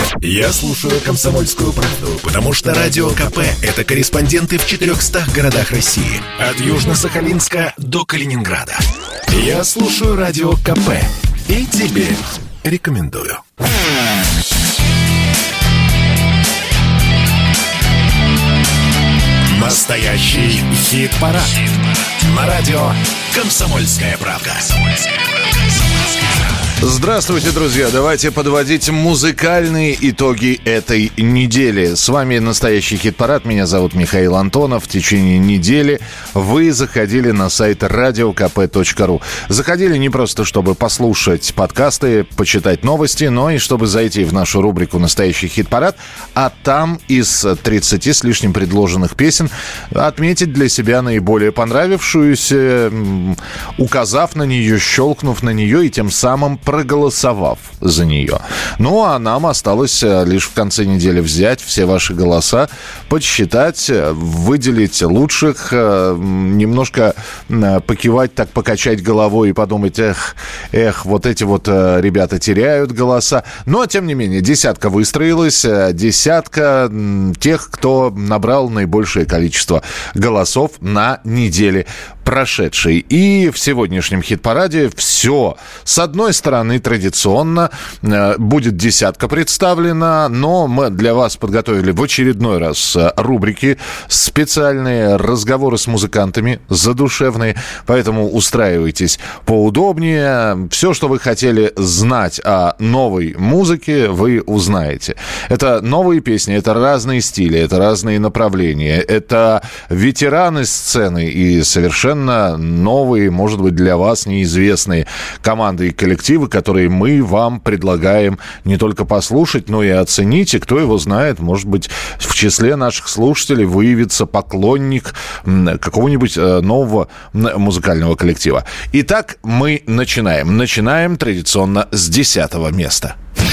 Я слушаю «Комсомольскую правду», потому что Радио КП — это корреспонденты в 400 городах России. От Южно-Сахалинска до Калининграда. Я слушаю Радио КП и тебе рекомендую. Настоящий хит-парад. На радио «Комсомольская правда». Здравствуйте, друзья! Давайте подводить музыкальные итоги этой недели. С вами настоящий хит-парад. Меня зовут Михаил Антонов. В течение недели вы заходили на сайт radiokp.ru. Заходили не просто, чтобы послушать подкасты, почитать новости, но и чтобы зайти в нашу рубрику «Настоящий хит-парад», а там из 30 с лишним предложенных песен отметить для себя наиболее понравившуюся, указав на нее, щелкнув на нее и тем самым проголосовав за нее. Ну, а нам осталось лишь в конце недели взять все ваши голоса, подсчитать, выделить лучших, немножко покивать, так покачать головой и подумать, вот эти вот ребята теряют голоса. Но, тем не менее, десятка выстроилась, десятка тех, кто набрал наибольшее количество голосов на неделе прошедшей. И в сегодняшнем хит-параде все. С одной стороны, традиционно будет десятка представлена, но мы для вас подготовили в очередной раз рубрики специальные, разговоры с музыкантами, задушевные, поэтому устраивайтесь поудобнее. Все, что вы хотели знать о новой музыке, вы узнаете. Это новые песни, это разные стили, это разные направления, это ветераны сцены и совершенно новые, может быть, для вас неизвестные команды и коллективы, которые мы вам предлагаем не только послушать, но и оценить. И кто его знает, может быть, в числе наших слушателей выявится поклонник какого-нибудь нового музыкального коллектива. Итак, мы начинаем. Начинаем традиционно с 10-го места.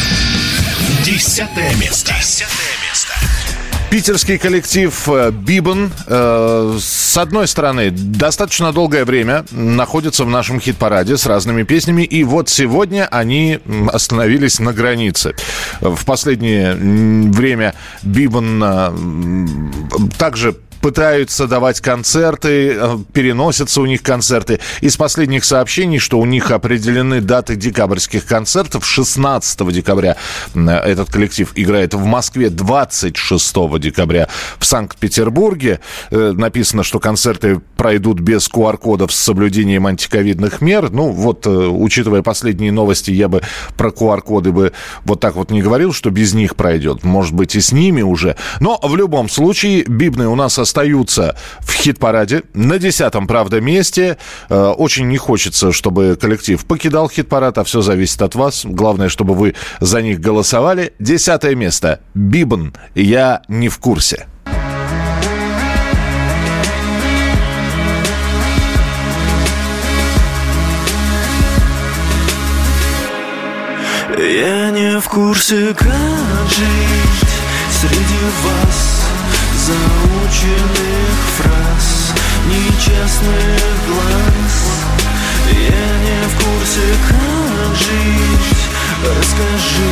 10-е место. Питерский коллектив «Бибан», с одной стороны, достаточно долгое время находится в нашем хит-параде с разными песнями, и вот сегодня они остановились на границе. В последнее время «Бибан» также пытаются давать концерты, переносятся у них концерты. Из последних сообщений, что у них определены даты декабрьских концертов. 16 декабря этот коллектив играет в Москве, 26 декабря в Санкт-Петербурге. Написано, что концерты пройдут без QR-кодов с соблюдением антиковидных мер. Ну, вот, учитывая последние новости, я бы про QR-коды бы вот так вот не говорил, что без них пройдет. Может быть, и с ними уже. Но в любом случае, «Бибны» у нас остаются в хит-параде. На 10-м, правда, месте. Очень не хочется, чтобы коллектив покидал хит-парад, а все зависит от вас. Главное, чтобы вы за них голосовали. 10-е место. «Бибан». Я не в курсе. Я не в курсе, как жить среди вас, заученных фраз, нечестных глаз. Я не в курсе, как жить, расскажи,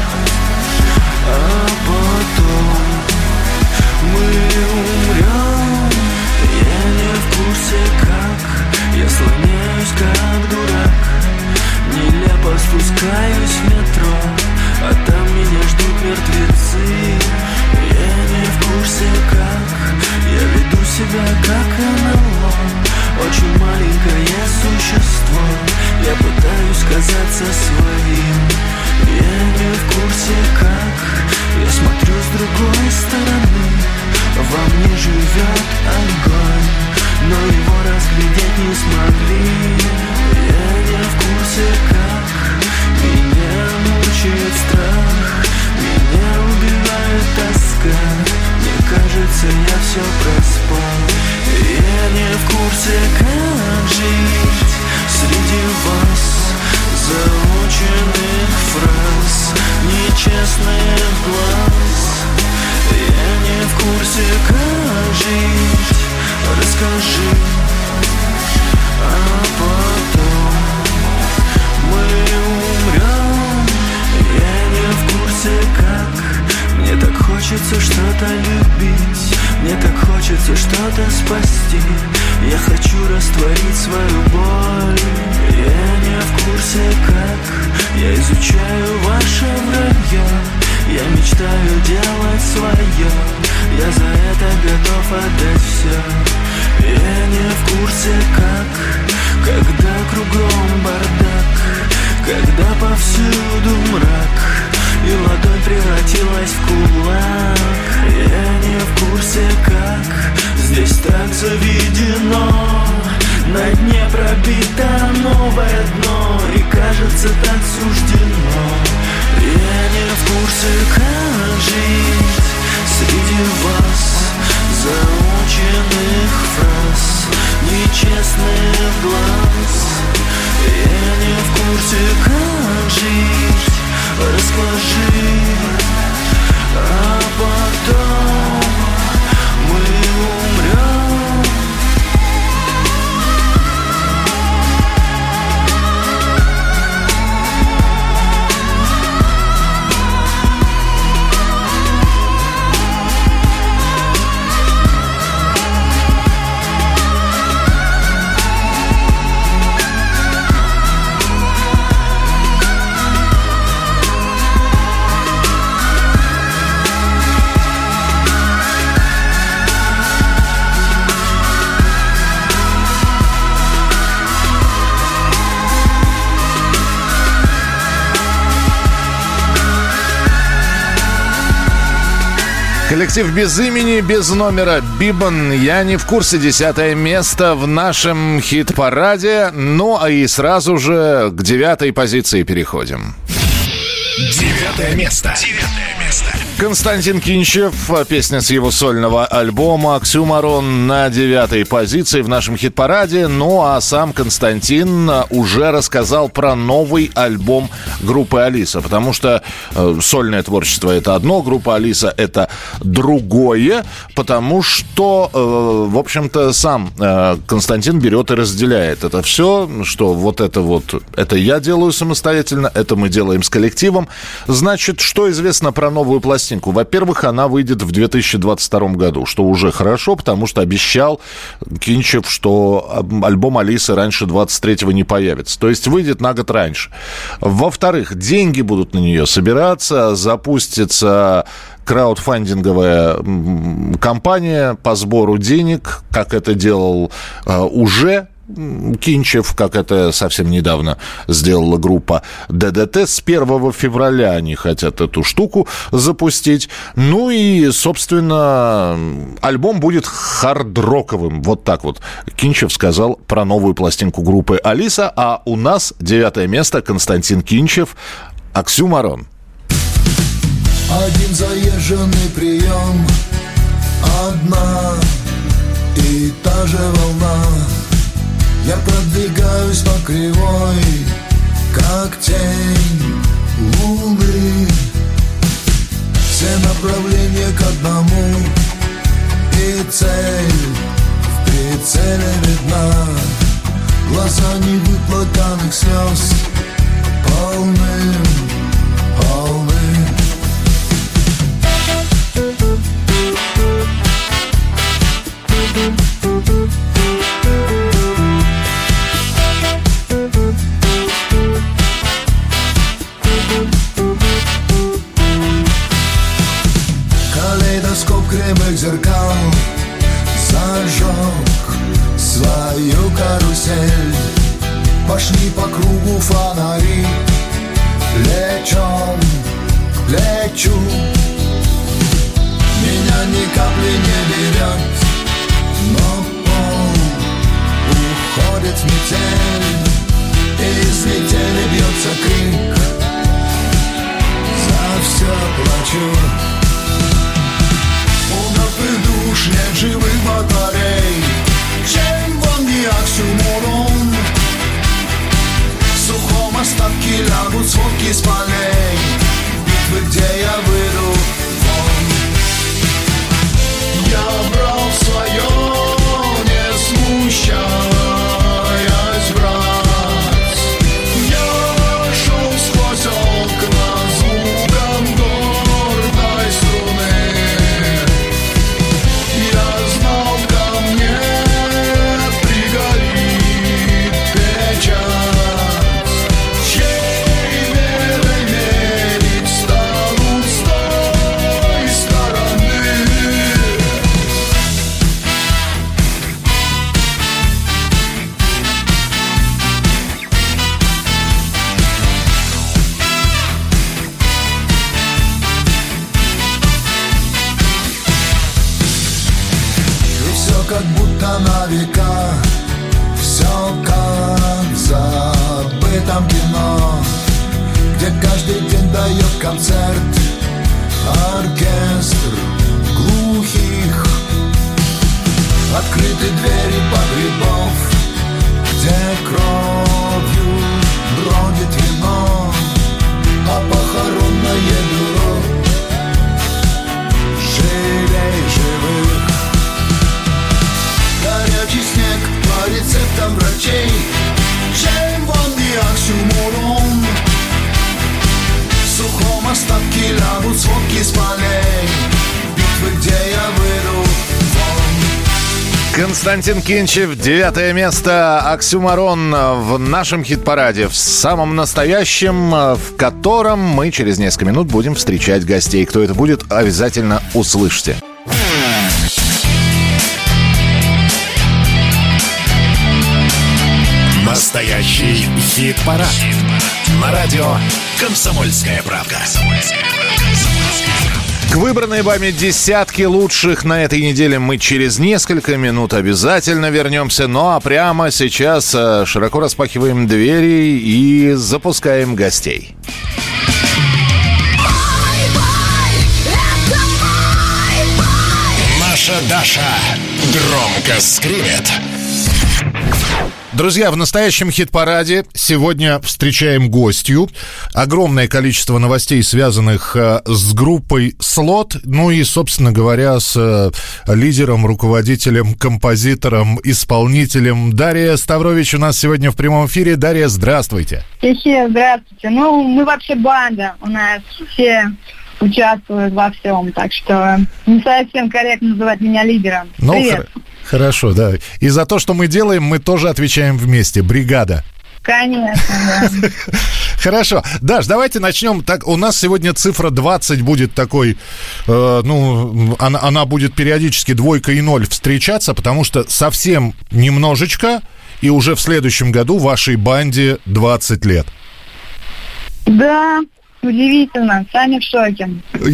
а потом мы умрем. Я не в курсе, как я слоняюсь, как дурак, нелепо спускаюсь в метро, а там меня ждут мертвецы. Я не в курсе, как я веду себя, как НЛО, очень маленькое существо. Я пытаюсь казаться своим. Я не в курсе, как я смотрю с другой стороны. Во мне живет огонь, но его разглядеть не смогли. Я не в курсе, как меня мучает страх, меня убивает тоска. Мне кажется, я все проспал. Я не в курсе, как жить среди вас, заученных фраз, нечестных глаз. Я не в курсе, как жить, расскажи, а потом мы умрем. Я не в курсе, как хочется что-то любить, мне так хочется что-то спасти. Я хочу растворить свою боль. Я не в курсе как, я изучаю ваше вранье. Я мечтаю делать свое, я за это готов отдать все. Я не в курсе как, когда кругом бардак, когда повсюду мрак, и ладонь превратилась в кулак. Я не в курсе как, здесь так заведено, на дне пробито новое дно, и кажется так суждено. Я не в курсе как жить среди вас, заученных фраз, нечестных глаз. Я не в курсе как жить, расскажи, а потом мы умрем. Коллектив без имени, без номера «Бибан». Я не в курсе. 10 место в нашем хит-параде. Ну, а и сразу же к 9 позиции переходим. 9 место. Константин Кинчев, песня с его сольного альбома «Оксюмарон» на 9 позиции в нашем хит-параде. Ну, а сам Константин уже рассказал про новый альбом группы «Алиса», потому что сольное творчество — это одно, группа «Алиса» — это другое, потому что, в общем-то, сам Константин берет и разделяет это все, что вот, это я делаю самостоятельно, это мы делаем с коллективом. Значит, что известно про новую пластинку? Во-первых, она выйдет в 2022 году, что уже хорошо, потому что обещал Кинчев, что альбом «Алисы» раньше 23-го не появится. То есть выйдет на год раньше. Во-вторых, деньги будут на нее собираться, запустится краудфандинговая кампания по сбору денег, как это делал уже Кинчев, как это совсем недавно сделала группа ДДТ. С 1 февраля они хотят эту штуку запустить. Ну и, собственно, альбом будет хард-роковым. Вот так вот Кинчев сказал про новую пластинку группы «Алиса». А у нас 9 место. Константин Кинчев, «Оксюмарон». Один заезженный прием, одна и та же волна. Я продвигаюсь по кривой, как тень луны. Все направления к одному, и цель в прицеле видна. Глаза невыплаканных слез полны. Калейдоскоп кривых зеркал зажег свою карусель. Пошли по кругу фонари, лечу. Меня ни капли не берет, но пол уходит в метель. Из метели бьется крик, за все плачу. У мертвых душ нет живых батарей. Чем вам не оксюморон? В сухом остатке лягут сводки с полей, битвы, где я выйду вон. Я брал свое, не смущаясь, брат. Я шел сквозь окна звуком горной струны. как будто на века. Все как в забытом кино, где каждый день дает концерт оркестр глухих. Открыты двери погребов, где кровью бродит вино, а похоронное бюро живей живых. Горячий снег по рецептам врачей, чем вонный оксюморон. В сухом остатке лягут сводки с полей, битвы, где я выйду вон. Константин Кинчев, 9 место, оксюморон в нашем хит-параде, в самом настоящем, в котором мы через несколько минут будем встречать гостей. Кто это будет, обязательно услышите. Настоящий хит-парад. На радио «Комсомольская правда». К выбранной вами десятке лучших на этой неделе мы через несколько минут обязательно вернемся. Ну а прямо сейчас широко распахиваем двери и запускаем гостей. Наша Даша громко скримит. Друзья, в настоящем хит-параде сегодня встречаем гостью. Огромное количество новостей, связанных с группой «Слот». Ну и, собственно говоря, с лидером, руководителем, композитором, исполнителем. Дарья Ставрович у нас сегодня в прямом эфире. Дарья, здравствуйте. Здравствуйте. Ну, мы вообще банда. У нас все участвуют во всем. Так что не совсем корректно называть меня лидером. Ну, привет. Хорошо, да. И за то, что мы делаем, мы тоже отвечаем вместе. Бригада. Конечно, да. Хорошо. Даш, давайте начнем. Так, у нас сегодня цифра 20 будет такой, она будет периодически 2 и 0 встречаться, потому что совсем немножечко, и уже в следующем году вашей банде 20 лет. Да. Удивительно, сами в шоке.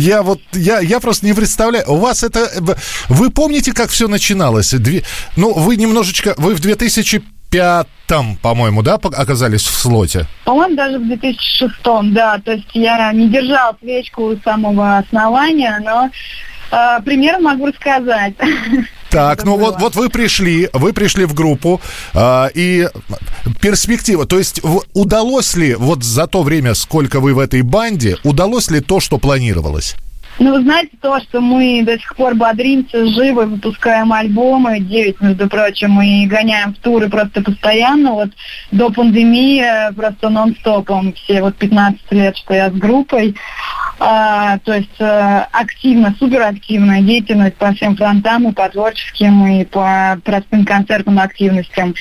Я просто не представляю. У вас это... Вы помните, как все начиналось? Вы немножечко... Вы в 2005-м, по-моему, да, оказались в «Слоте»? По-моему, даже в 2006-м, да. То есть я не держала свечку с самого основания, но примерно могу рассказать. Так, ну вот вы пришли в группу, и перспектива, то есть удалось ли вот за то время, сколько вы в этой банде, удалось ли то, что планировалось? Ну, вы знаете, то, что мы до сих пор бодримся, живы, выпускаем альбомы, 9, между прочим, и гоняем в туры просто постоянно, вот до пандемии просто нон-стопом, все вот 15 лет, что я с группой. То есть активно, суперактивная деятельность по всем фронтам, и по творческим, и по простым концертным активностям.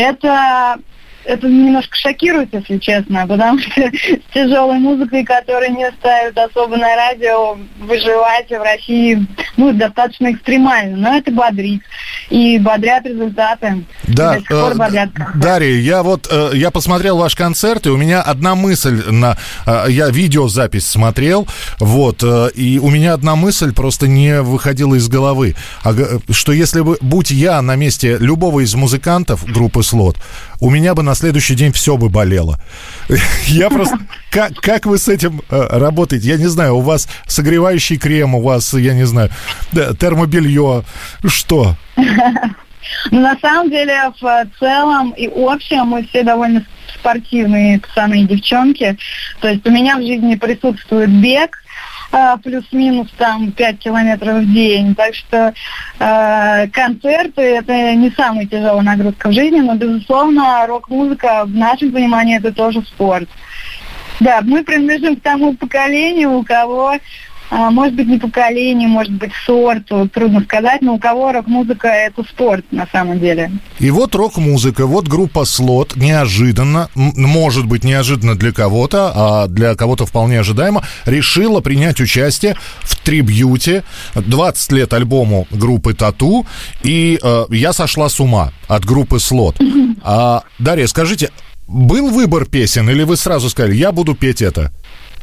Это немножко шокирует, если честно, потому что с тяжелой музыкой, которую не ставят особо на радио, выживать в России, достаточно экстремально. Но это бодрит. И бодрят результаты. Да, до сих пор бодрят. Дарья, я посмотрел ваш концерт, и у меня одна мысль, я видеозапись смотрел, и у меня одна мысль просто не выходила из головы, что если бы, будь я на месте любого из музыкантов группы «Слот», у меня бы на следующий день все бы болело. Я просто... Как вы с этим работаете? Я не знаю, у вас согревающий крем, у вас, я не знаю, термобелье, что? Ну, на самом деле, в целом и общем мы все довольно спортивные пацаны и девчонки. То есть у меня в жизни присутствует бег, плюс-минус 5 километров в день. Так что концерты — это не самая тяжелая нагрузка в жизни, но, безусловно, рок-музыка в нашем понимании — это тоже спорт. Да, мы принадлежим к тому поколению, у кого, может быть, не поколение, может быть, сорт, трудно сказать, но у кого рок-музыка — это спорт на самом деле. И вот рок-музыка, вот группа «Слот» неожиданно, может быть, неожиданно для кого-то, а для кого-то вполне ожидаемо, решила принять участие в трибьюте 20 лет альбому группы «Тату», и я сошла с ума от группы «Слот». Дарья, скажите, был выбор песен, или вы сразу сказали, я буду петь это?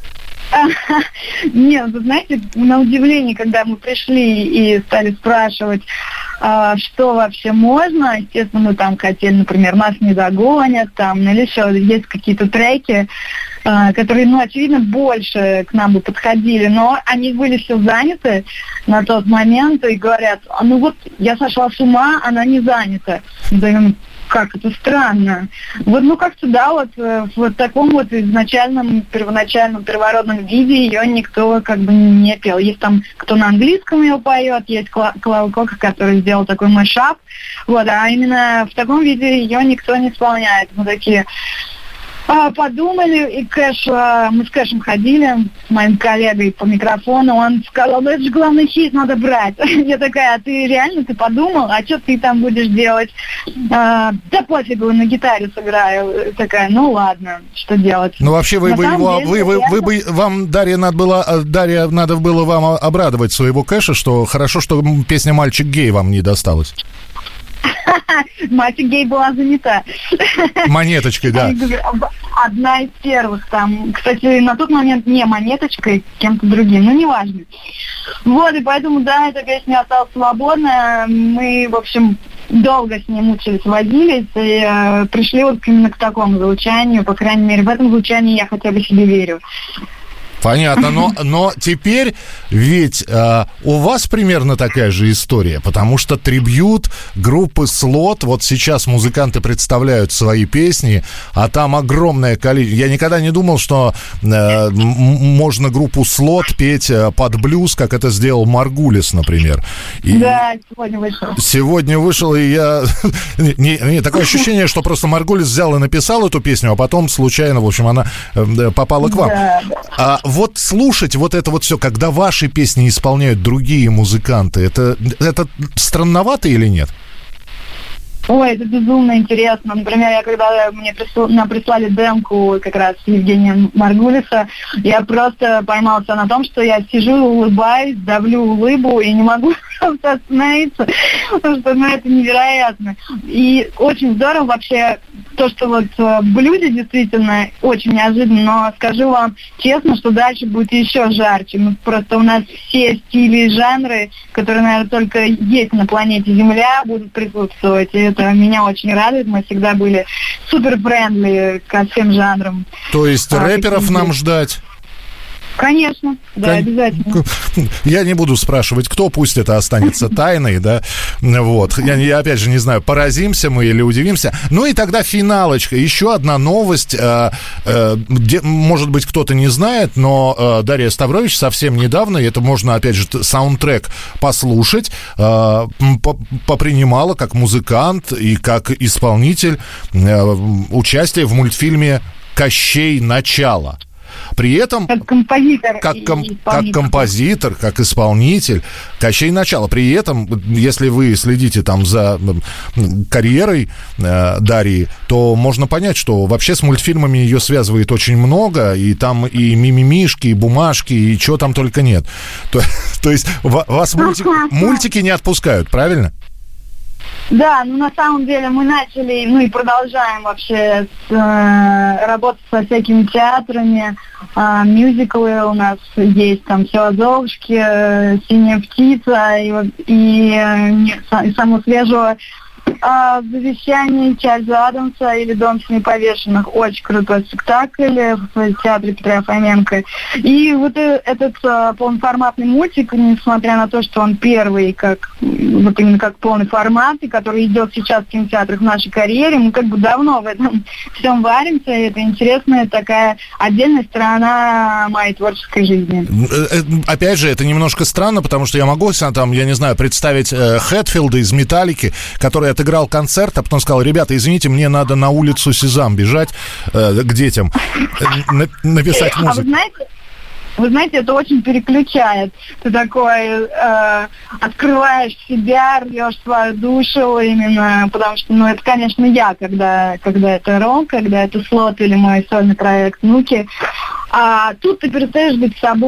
Нет, вы знаете, на удивление, когда мы пришли и стали спрашивать, что вообще можно, естественно, мы там хотели, например, «Нас не догонят», там, или еще есть какие-то треки, которые, очевидно, больше к нам бы подходили, но они были все заняты на тот момент и говорят, я сошла с ума, она не занята. Как это странно. Как-то, да, в таком изначальном, первоначальном, первородном виде ее никто как бы не пел. Есть там, кто на английском ее поет, есть Клава Кока, который сделал такой мэшап, а именно в таком виде ее никто не исполняет. Мы такие подумали, и мы с Кэшем ходили, с моим коллегой по микрофону, он сказал, это же главный хит, надо брать. Я такая, а ты реально, ты подумал, а что ты там будешь делать? Да пофигу, на гитаре сыграю. Такая, ладно, что делать? Вообще, вам, Дарья, надо было вам обрадовать своего Кэша, что хорошо, что песня «Мальчик гей» вам не досталась. Мальчик гей была занята. Монеточкой, да. Одна из первых там. Кстати, на тот момент не Монеточкой, кем-то другим, неважно. И поэтому, да, эта песня осталась свободная. Мы, в общем, долго с ней мучились, возились, и пришли именно к такому звучанию. По крайней мере, в этом звучании я хотя бы себе верю. Понятно, но теперь ведь у вас примерно такая же история, потому что трибьют группы «Слот», вот сейчас музыканты представляют свои песни, а там огромное количество. Я никогда не думал, что можно группу «Слот» петь под блюз, как это сделал Маргулис, например. Да, сегодня вышел. Сегодня вышел, и я... такое ощущение, что просто Маргулис взял и написал эту песню, а потом случайно, в общем, она попала к вам. Да. Слушать это все, когда ваши песни исполняют другие музыканты, это странновато или нет? Ой, это безумно интересно. Например, когда мне прислали демку как раз Евгения Маргулиса, я просто поймался на том, что я сижу, улыбаюсь, давлю улыбу и не могу просто остановиться, потому что это невероятно. И очень здорово вообще то, что в блюзе действительно очень неожиданно, но скажу вам честно, что дальше будет еще жарче. Просто у нас все стили и жанры, которые, наверное, только есть на планете Земля, будут присутствовать. И это меня очень радует. Мы всегда были супер-френдли ко всем жанрам. То есть рэперов нам ждать? Конечно, да, обязательно. Я не буду спрашивать, кто, пусть это останется тайной, да, Я опять же не знаю, поразимся мы или удивимся. И тогда финалочка, еще одна новость, может быть, кто-то не знает, но Дарья Ставрович совсем недавно, это можно, опять же, саундтрек послушать, попринимала как музыкант и как исполнитель участие в мультфильме «Кощей. Начало». При этом... Как композитор. Как композитор, как исполнитель. Кощей начало. При этом, если вы следите там за карьерой Дарьи, то можно понять, что вообще с мультфильмами ее связывает очень много. И там и мимимишки, и бумажки, и чего там только нет. То есть вас мультики не отпускают, правильно? Да, на самом деле мы начали, и продолжаем вообще работать со всякими театрами, мюзиклы у нас есть, там «Все о Золушке», «Синяя птица» и самого свежего «Завещание Чарльза Адамса» или «Дом с неповешенных». Очень крутой спектакль в театре Петра Фоменко. И этот полноформатный мультик, несмотря на то, что он первый, именно как полный формат, и который идет сейчас в кинотеатрах в нашей карьере, мы давно в этом всем варимся, и это интересная такая отдельная сторона моей творческой жизни. Опять же, это немножко странно, потому что я могу представить Хэтфилда из «Металлики», который отыграл концерт, а потом сказал: ребята, извините, мне надо на улицу Сезам бежать к детям, написать музыку. Вы знаете, это очень переключает. Ты такой открываешь себя, рвешь свою душу именно, потому что, это, конечно, я, когда это рок, когда это слот или мой сольный проект «Внуки». А тут ты перестаешь быть собой,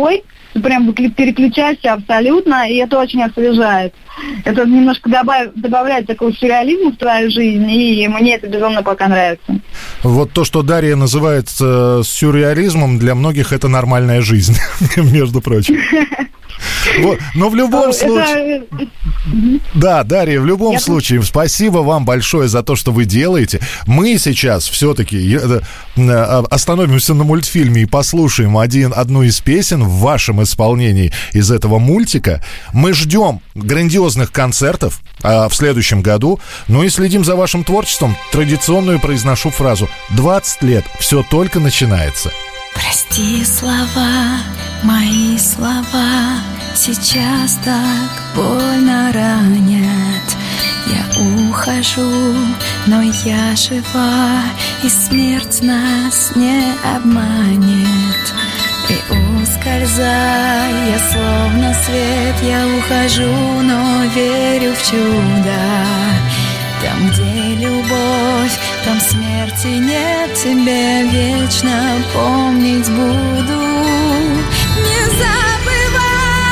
ты прям переключаешься абсолютно, и это очень освежает. Это немножко добавляет такого сюрреализма в твою жизнь, и мне это безумно пока нравится. Вот то, что Дарья называет сюрреализмом, для многих это нормальная жизнь, между прочим. Вот. Но в любом случае... Да, Дарья, в любом случае, спасибо вам большое за то, что вы делаете. Мы сейчас все-таки остановимся на мультфильме и послушаем одну из песен в вашем исполнении из этого мультика. Мы ждем грандиозных концертов в следующем году. Ну и следим за вашим творчеством. Традиционную произношу фразу: 20 лет, все только начинается. Прости слова, мои слова, сейчас так больно ранят. Я ухожу, но я жива, и смерть нас не обманет. И ускользая, словно свет, я ухожу, но верю в чудо. Там, где любовь, там смерти нет, тебе вечно помнить буду. Не забывай,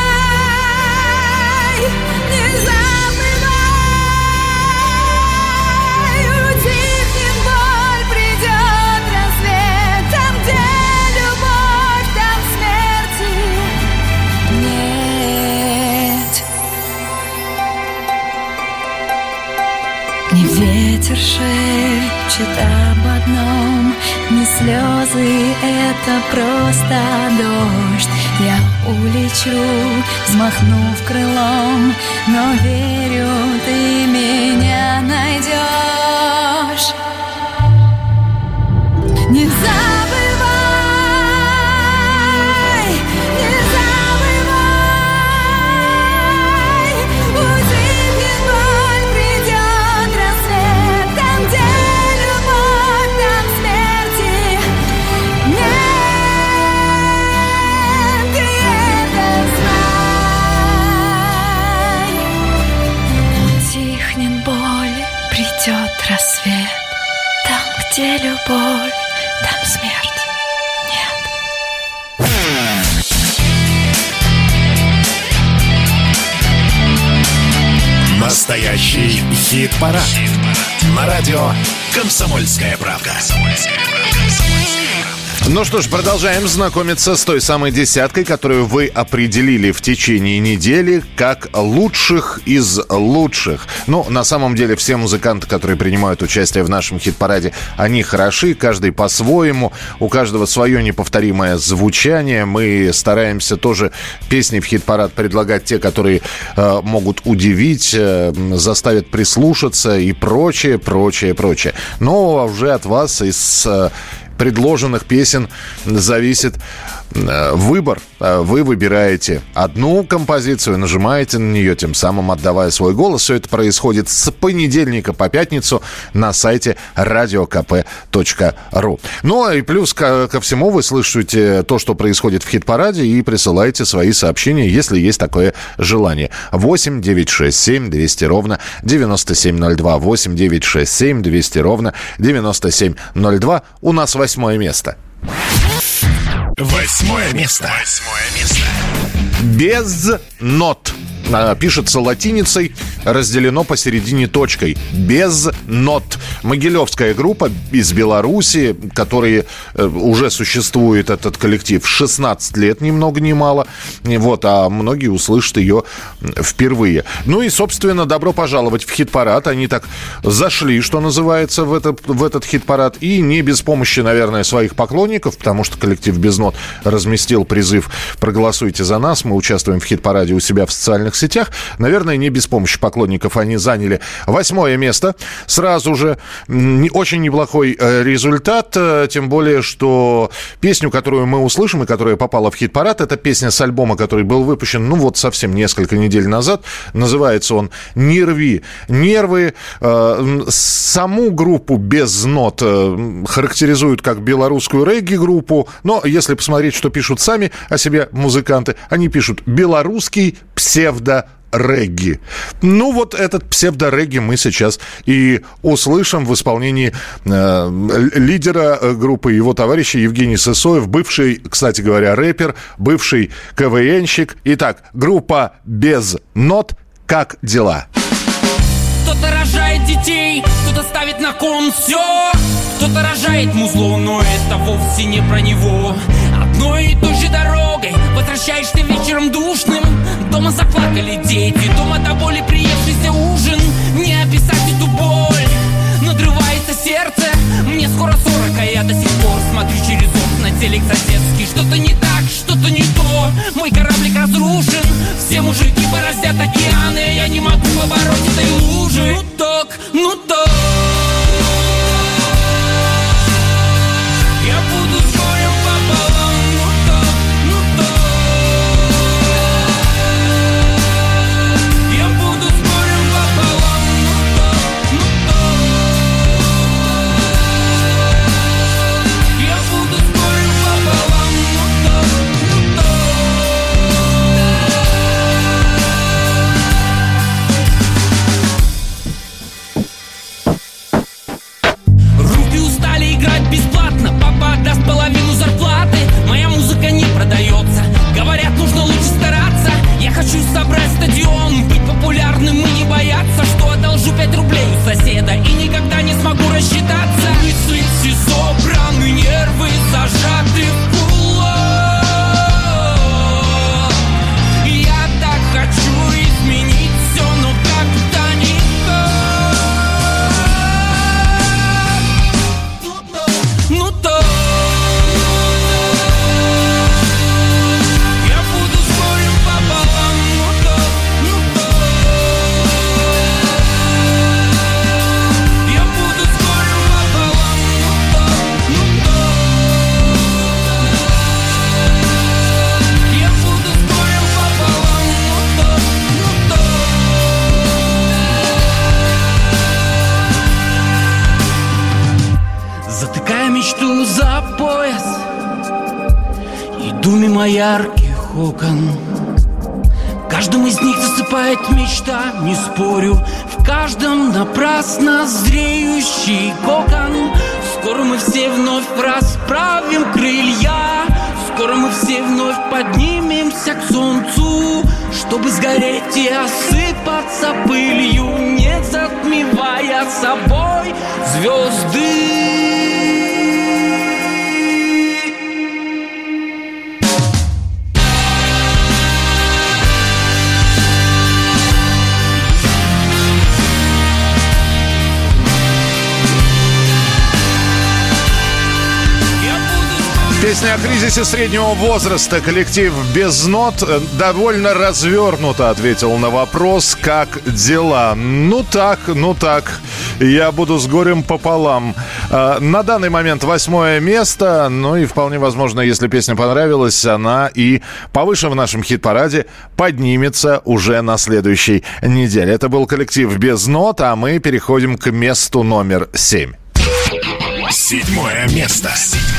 не забывай, утихнет боль, придет рассвет. Там, где любовь, там смерти нет. Не ветер шепчет об одном, не слезы, это просто дождь. Я улечу, взмахнув крылом, но верю, ты меня найдешь. Не забывай, не забывай, утихнет боль, придет рассвет. Там, где любовь, там смерти нет. Ты это знай. Утихнет боль, придет рассвет. Там, где любовь, там смерть нет. Настоящий хит-парад. На радио «Комсомольская правда». Ну что ж, продолжаем знакомиться с той самой десяткой, которую вы определили в течение недели как лучших из лучших. Ну, на самом деле, все музыканты, которые принимают участие в нашем хит-параде, они хороши, каждый по-своему, у каждого свое неповторимое звучание. Мы стараемся тоже песни в хит-парад предлагать те, которые могут удивить, заставят прислушаться и прочее, прочее, прочее. Но уже от вас из предложенных песен зависит выбор. Вы выбираете одну композицию, нажимаете на нее, тем самым отдавая свой голос. Все это происходит с понедельника по пятницу на сайте radiokp.ru. Ну и плюс ко всему вы слышите то, что происходит в хит-параде, и присылаете свои сообщения, если есть такое желание. 8 967 200 ровно 9702. 8 967 200 ровно 9702. У нас 8 место. 8 место. Без нот. Пишется латиницей, разделено посередине точкой. Без нот. Могилевская группа из Беларуси, которые уже существует этот коллектив 16 лет, ни много ни мало. Вот, а многие услышат ее впервые. Ну и, собственно, добро пожаловать в хит-парад. Они так зашли, что называется, в этот хит-парад. И не без помощи, наверное, своих поклонников, потому что коллектив без нот разместил призыв «Проголосуйте за нас». Мы участвуем в хит-параде у себя в социальных сетях. Наверное, не без помощи поклонников они заняли 8 место. Сразу же очень неплохой результат, тем более, что песню, которую мы услышим и которая попала в хит-парад, это песня с альбома, который был выпущен, совсем несколько недель назад. Называется он «Не рви нервы». Саму группу без нот характеризуют как белорусскую регги-группу, но если посмотреть, что пишут сами о себе музыканты, они пишут «белорусский псевдо псевдорегги. Ну, вот этот псевдорегги мы сейчас и услышим в исполнении лидера группы, его товарища Евгений Сысоев, бывший, кстати говоря, рэпер, бывший КВНщик. Итак, группа «Без нот». Как дела? Кто-то рожает детей, кто-то ставит на кон все. Кто-то рожает музло, но это вовсе не про него. Одной и той же дорогой возвращаешься вечером душным. Дома заплакали дети, дома до боли приевшийся ужин. Не описать эту боль, надрывается сердце. Мне скоро 40, а я до сих пор смотрю через окна телек соседский. Что-то не так, что-то не то. Мой кораблик разрушен. Все мужики бороздят океаны. Я не могу побороть этой лужи. Ну так, ну так. Я буду с горем пополам. Ну так, ну так. Я буду с горем пополам. Ну так, ну так. Я буду с горем пополам. Ну так, ну так. Руки устали играть бесплатно. Папа отдаст половину зарплаты. Моя музыка не продается. Говорят, нужно лучше стараться. Я хочу собрать стадион, быть популярным и не бояться, что одолжу 5 рублей у соседа и никогда не смогу рассчитаться. Мысли собраны, нервы зажаты в кулак. Я так хочу изменить все, но как-то никак. Ну так. Я буду с горем пополам. Ну так, ну так. Я буду с горем пополам. Ну так, ну так. Я буду с горем пополам. Ну так, ну так. Затыкая мечту за пояс, иду мимо ярких окон. В каждом из них засыпает мечта, не спорю. В каждом напрасно зреющий кокон. Скоро мы все вновь расправим крылья. Скоро мы все вновь поднимемся к солнцу, чтобы сгореть и осыпаться пылью, не затмевая собой звезды. Песня о кризисе среднего возраста. Коллектив «Без нот» довольно развернуто ответил на вопрос, как дела. Ну так. Я буду с горем пополам. На данный момент 8 место. Ну и вполне возможно, если песня понравилась, она и повыше в нашем хит-параде поднимется уже на следующей неделе. Это был коллектив «Без нот», а мы переходим к месту номер 7. 7 место.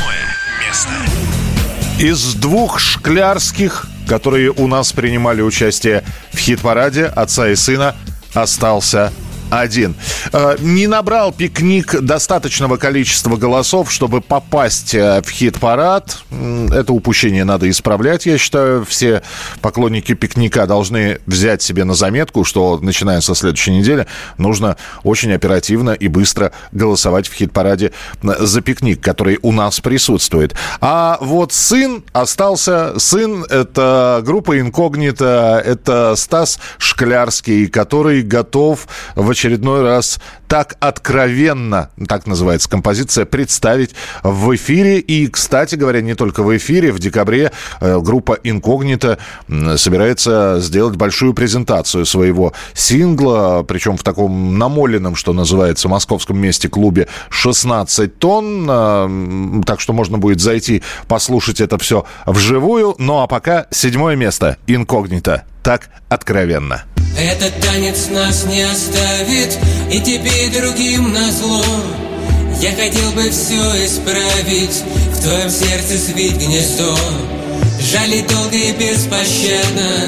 Из 2 шклярских, которые у нас принимали участие в хит-параде «Отца и сына», остался один. Не набрал «Пикник» достаточного количества голосов, чтобы попасть в хит-парад. Это упущение надо исправлять, я считаю. Все поклонники «Пикника» должны взять себе на заметку, что, начиная со следующей недели, нужно очень оперативно и быстро голосовать в хит-параде за «Пикник», который у нас присутствует. А вот «Сын» остался. «Сын» — это группа «Инкогнито», это Стас Шклярский, который готов в очередной раз так откровенно, так называется композиция, представить в эфире. И, кстати говоря, не только в эфире. В декабре группа «Инкогнито» собирается сделать большую презентацию своего сингла, причем в таком намоленном, что называется, московском месте клубе «16 тонн». Так что можно будет зайти, послушать это все вживую. Ну а пока 7 место «Инкогнито». Так откровенно. Этот танец нас не оставит, и тебе, и другим назло. Я хотел бы все исправить, в твоем сердце свить гнездо. Жаль и долго и беспощадно,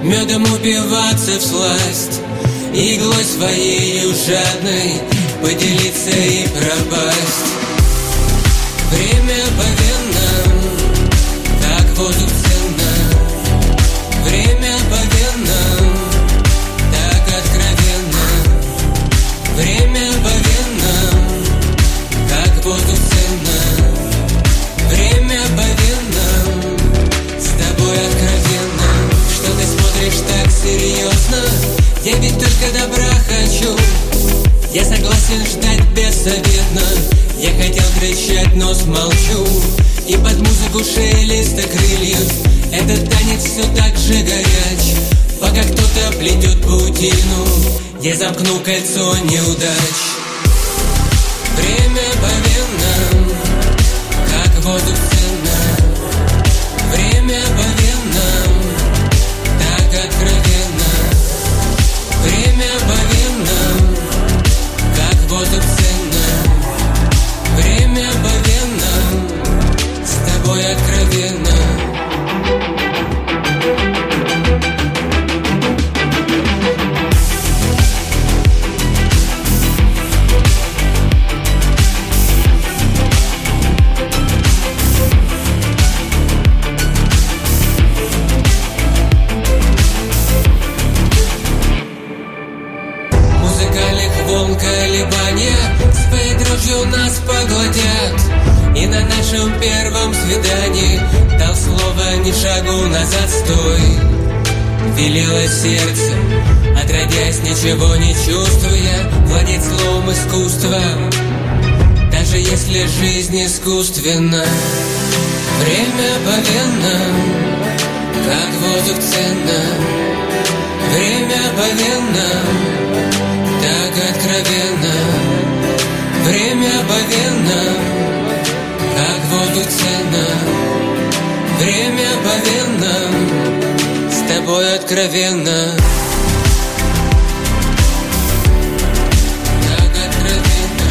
медом упиваться всласть, иглой своей жадной поделиться и пропасть. Время по венам, как воздух ценно. Время по венам, так откровенно. Время по венам, как воздух ценно. Время по венам, с тобой откровенно. Что ты смотришь так серьезно? Я ведь только добра хочу. Я согласен ждать беззаветно. Я хотел кричать, но смолчу. И под музыку шелеста крыльев этот танец все так же горяч. Пока кто-то плетет паутину, я замкну кольцо неудач. Время по венам, как воздух ценно. Время по венам, так откровенно. Время по венам, как воздух ценно. Время по венам, с тобой откровенно. Колебания своей дрожью нас поглотят. И на нашем первом свидании дал слово ни шагу назад, стой. Велело сердце, отродясь ничего не чувствуя, владеть словом искусства, даже если жизнь искусственна. Время по венам, как воздух ценно. Время по венам, так откровенно. Время по венам, как воздух ценно. Время по венам, с тобой откровенно. Так откровенно.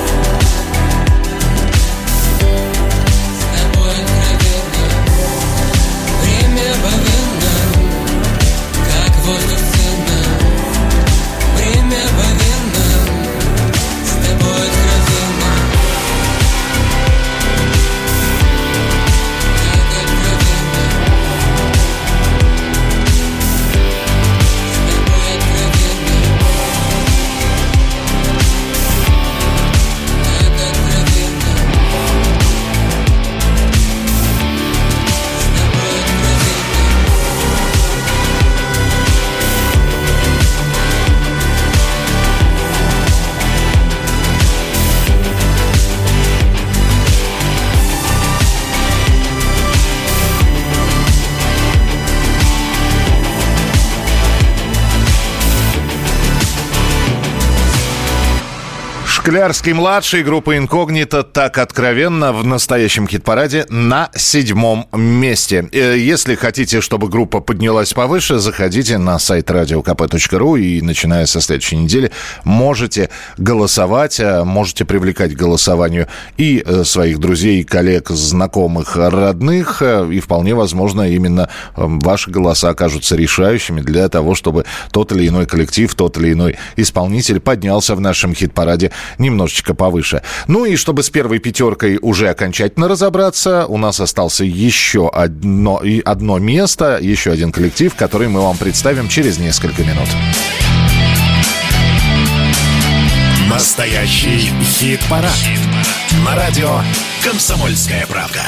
С тобой откровенно. Время по венам, как воздух ценно. Время по венам, с тобой откровенно. Так откровенно. С тобой откровенно. Так откровенно. С тобой откровенно. Шклярский-младший, группа «Инкогнито», так откровенно в настоящем хит-параде на 7-м месте. Если хотите, чтобы группа поднялась повыше, заходите на сайт radiokp.ru и, начиная со следующей недели, можете голосовать, можете привлекать к голосованию и своих друзей, коллег, знакомых, родных, и вполне возможно, именно ваши голоса окажутся решающими для того, чтобы тот или иной коллектив, тот или иной исполнитель поднялся в нашем хит-параде немножечко повыше. Ну и чтобы с первой пятеркой уже окончательно разобраться, у нас остался еще одно место, еще один коллектив, который мы вам представим через несколько минут. Настоящий хит-парад. На радио «Комсомольская правда».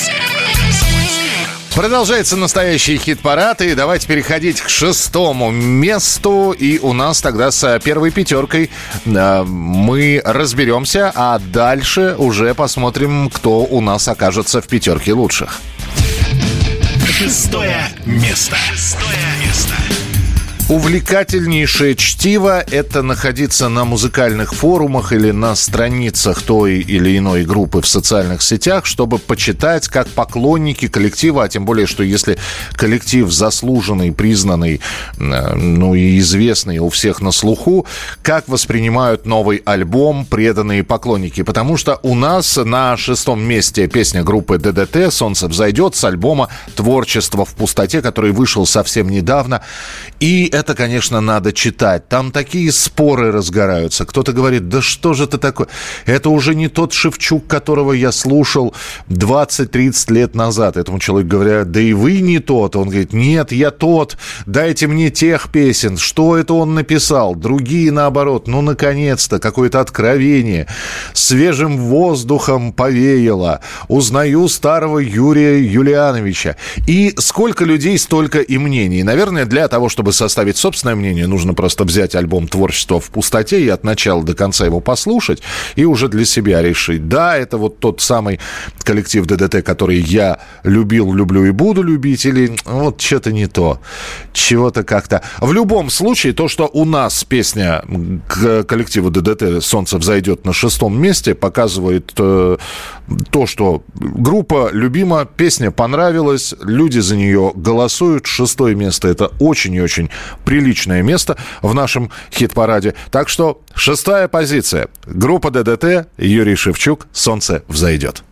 Продолжается настоящий хит-парад, и давайте переходить к 6-му месту. И у нас тогда с первой пятеркой мы разберемся, а дальше уже посмотрим, кто у нас окажется в пятерке лучших. 6-е место. Увлекательнейшее чтиво – это находиться на музыкальных форумах или на страницах той или иной группы в социальных сетях, чтобы почитать, как поклонники коллектива, а тем более, что если коллектив заслуженный, признанный, ну и известный у всех на слуху, как воспринимают новый альбом преданные поклонники. Потому что у нас на 6-м месте песня группы ДДТ «Солнце взойдет» с альбома «Творчество в пустоте», который вышел совсем недавно. И это, конечно, надо читать. Там такие споры разгораются. Кто-то говорит, да что же это такое? Это уже не тот Шевчук, которого я слушал 20-30 лет назад. Этому человеку говорят, да и вы не тот. Он говорит, нет, я тот. Дайте мне тех песен. Что это он написал? Другие наоборот. Ну, наконец-то, какое-то откровение. Свежим воздухом повеяло. Узнаю старого Юрия Юлиановича. И сколько людей, столько и мнений. Наверное, для того, чтобы составить собственное мнение, нужно просто взять альбом «Творчество в пустоте» и от начала до конца его послушать, и уже для себя решить. Да, это вот тот самый коллектив ДДТ, который я любил, люблю и буду любить, или вот что-то не то, чего-то как-то. В любом случае, то, что у нас песня к коллективу ДДТ «Солнце взойдет» на 6-м месте, показывает то, что группа любима, песня понравилась, люди за нее голосуют. 6-е место – это очень и очень приличное место в нашем хит-параде. Так что 6-я позиция. Группа ДДТ, Юрий Шевчук, «Солнце взойдет».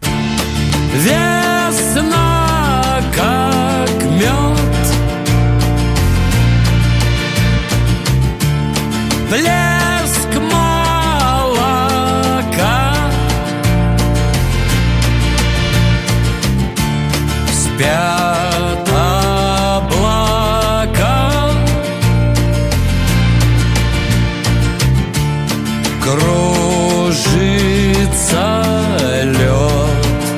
Весна, как мед, блеск молока, спят облака, кружится лед.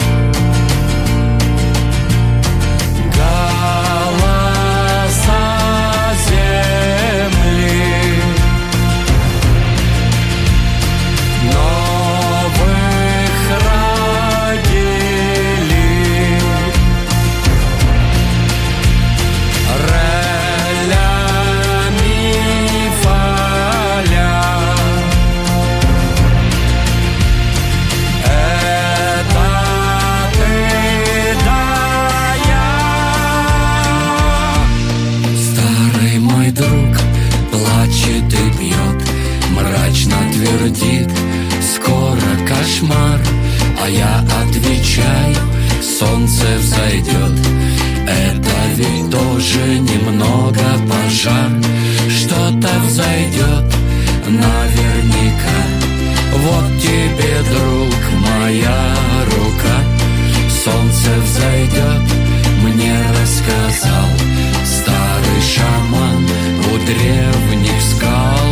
Скоро кошмар, а я отвечаю, солнце взойдет. Это ведь тоже немного пожар, что-то взойдет наверняка. Вот тебе, друг, моя рука. Солнце взойдет, мне рассказал старый шаман у древних скал.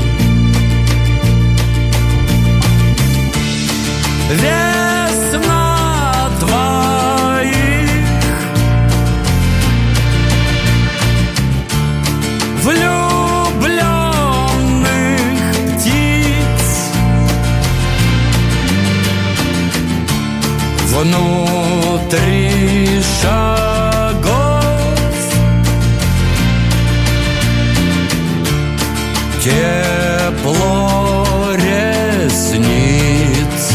Весна двоих влюбленных птиц внутри шагов тепло ресниц.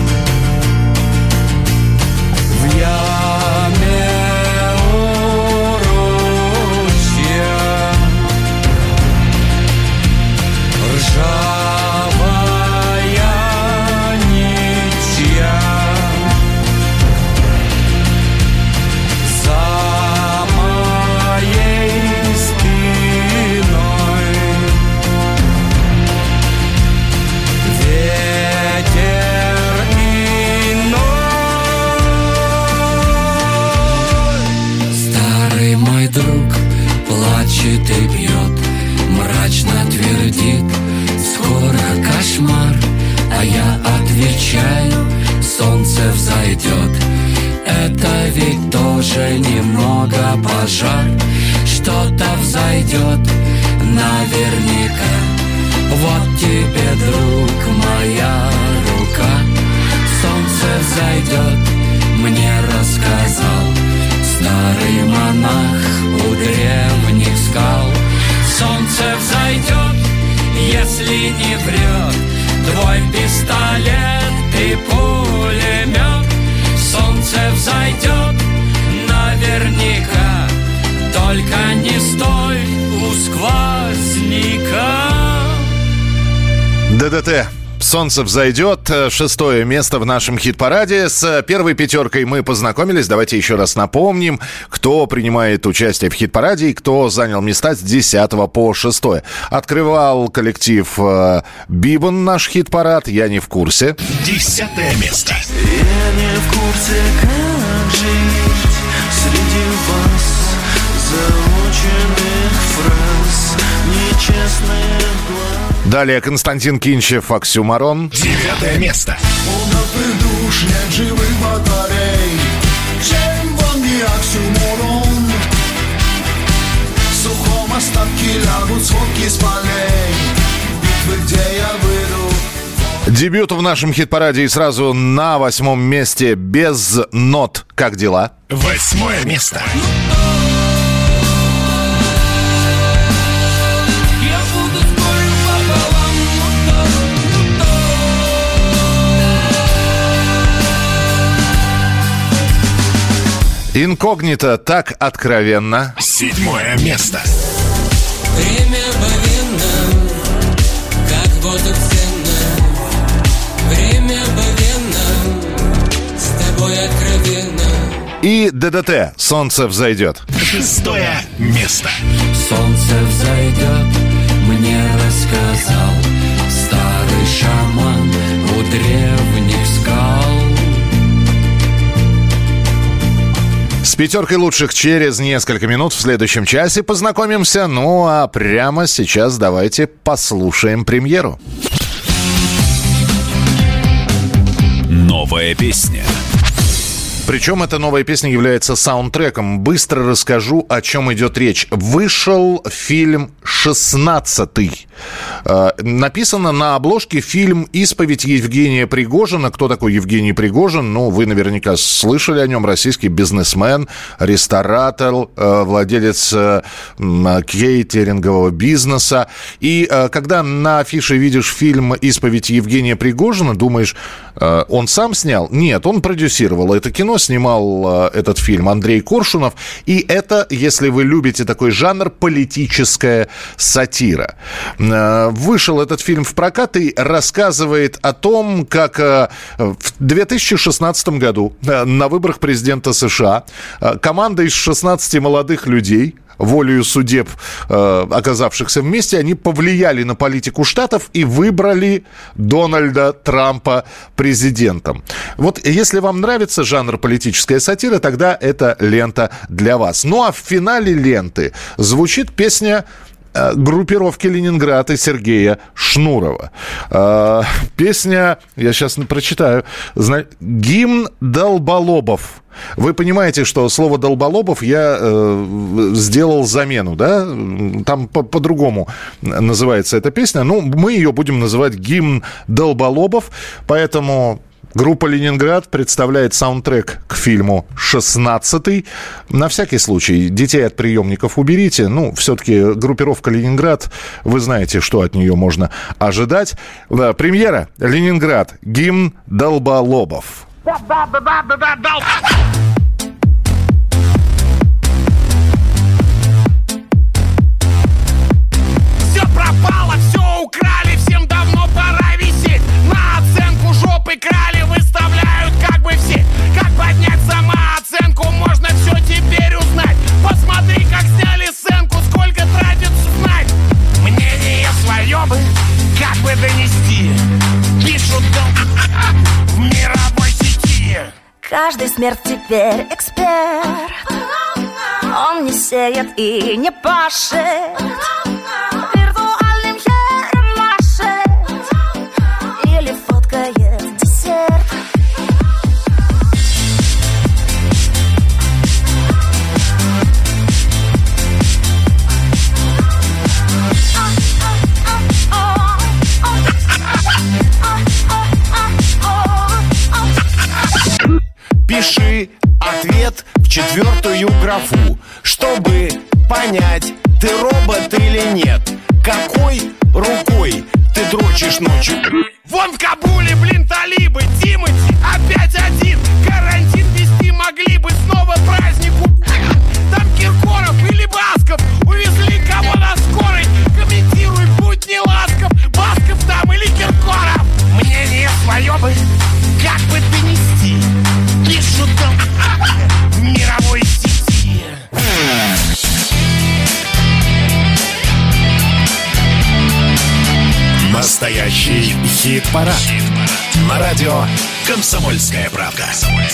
И бьет, мрачно твердит, скоро кошмар, а я отвечаю, солнце взойдет. Это ведь тоже немного пожар, что-то взойдет наверняка. Вот тебе, друг, моя рука. Солнце взойдет, мне рассказал старый монах у древних скал. Солнце ДДТ. «Солнце взойдет». 6-е место в нашем хит-параде. С первой пятеркой мы познакомились. Давайте еще раз напомним, кто принимает участие в хит-параде и кто занял места с 10 по 6. Открывал коллектив Бибан наш хит-парад. «Я не в курсе». 10-е место. Я не в курсе, как жить среди вас, заученных фраз, нечестные глаз. Далее Константин Кинчев, «Оксюмарон». 9-е место. Полно придушных живых батарей. Чем вам не оксюморон? В сухом остатке лягут сводки с полей. Битвы, где я выйду. Дебют в нашем хит-параде и сразу на 8-м месте «Без нот». Как дела? 8-е место. «Инкогнито», так откровенно. 7-е место. Время мгновенно, как воздух ценно. Время мгновенно, с тобой откровенно. И ДДТ «Солнце взойдет». 6-е место. Солнце взойдет, мне рассказал старый шаман у древних скал. С пятеркой лучших через несколько минут в следующем часе познакомимся. Ну а прямо сейчас давайте послушаем премьеру. Новая песня. Причем эта новая песня является саундтреком. Быстро расскажу, о чем идет речь. Вышел фильм «16-й». Написано на обложке фильм «Исповедь Евгения Пригожина». Кто такой Евгений Пригожин? Ну, вы наверняка слышали о нем. Российский бизнесмен, ресторатор, владелец кейтерингового бизнеса. И когда на афише видишь фильм «Исповедь Евгения Пригожина», думаешь, он сам снял? Нет, он продюсировал это кино, снимал этот фильм Андрей Коршунов. И это, если вы любите такой жанр, политическая сатира. Вышел этот фильм в прокат и рассказывает о том, как в 2016 году на выборах президента США команда из 16 молодых людей, волею судеб, оказавшихся вместе, они повлияли на политику штатов и выбрали Дональда Трампа президентом. Вот если вам нравится жанр политическая сатира, тогда это лента для вас. Ну а в финале ленты звучит песня группировки «Ленинград» и Сергея Шнурова. Песня, я сейчас прочитаю, «Гимн Долболобов». Вы понимаете, что слово «Долболобов» я сделал замену, да? Там по-другому называется эта песня. Ну, мы ее будем называть «Гимн Долболобов», поэтому... Группа «Ленинград» представляет саундтрек к фильму «16-й». На всякий случай, детей от приемников уберите. Ну, все-таки группировка «Ленинград», вы знаете, что от нее можно ожидать. Да, премьера «Ленинград», гимн Долболобов. Все пропало, все украли, всем давно пора висеть. На оценку жопы крали, выставляют как бы все. Как поднять самооценку, можно все теперь узнать. Посмотри, как сняли сценку, сколько тратится знать. Мнение свое бы, как бы донести. Пишут в мировой сети. Каждый смерть теперь эксперт. Он не сеет и не пашет. Виртуальным хером машет. Или фоткает десерт. Пиши ответ в 4-ю графу, чтобы понять, ты робот или нет. Какой рукой ты дрочишь ночью? Вон в Кабуле, блин, талибы, Тимати опять один. Карантин вести могли бы, снова празднику. Там Киркоров или Басков увезли кого на скорой. Комментируй, будь не ласков. Басков там или Киркоров. Настоящий хит-парад. На радио «Комсомольская правда».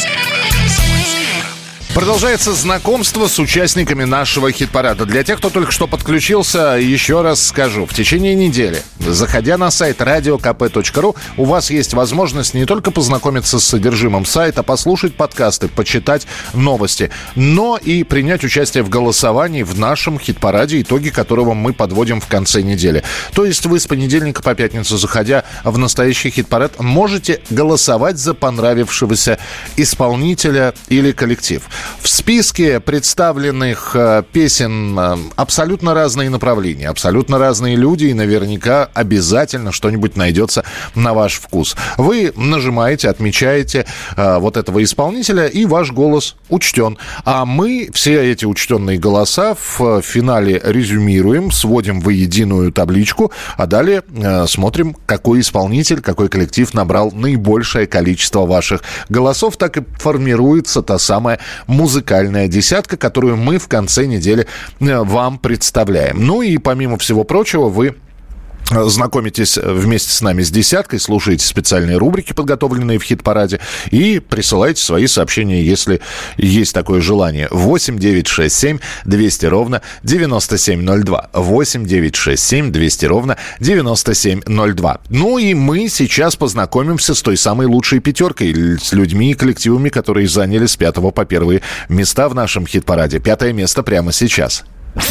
Продолжается знакомство с участниками нашего хит-парада. Для тех, кто только что подключился, еще раз скажу. В течение недели, заходя на сайт radiokp.ru, у вас есть возможность не только познакомиться с содержимым сайта, послушать подкасты, почитать новости, но и принять участие в голосовании в нашем хит-параде, итоги которого мы подводим в конце недели. То есть вы с понедельника по пятницу, заходя в настоящий хит-парад, можете голосовать за понравившегося исполнителя или коллектив. В списке представленных песен абсолютно разные направления, абсолютно разные люди, и наверняка обязательно что-нибудь найдется на ваш вкус. Вы нажимаете, отмечаете вот этого исполнителя, и ваш голос учтен. А мы все эти учтенные голоса в финале резюмируем, сводим в единую табличку, а далее смотрим, какой исполнитель, какой коллектив набрал наибольшее количество ваших голосов. Так и формируется та самая музыкальная десятка, которую мы в конце недели вам представляем. Ну и помимо всего прочего, вы знакомитесь вместе с нами с десяткой, слушаете специальные рубрики, подготовленные в хит-параде, и присылайте свои сообщения, если есть такое желание. 8 9 6 7 200 ровно 9702. 8 9 6 7 200 ровно 9702. Ну и мы сейчас познакомимся с той самой лучшей пятеркой, с людьми и коллективами, которые заняли с 5 по 1 места в нашем хит-параде. 5 место прямо сейчас.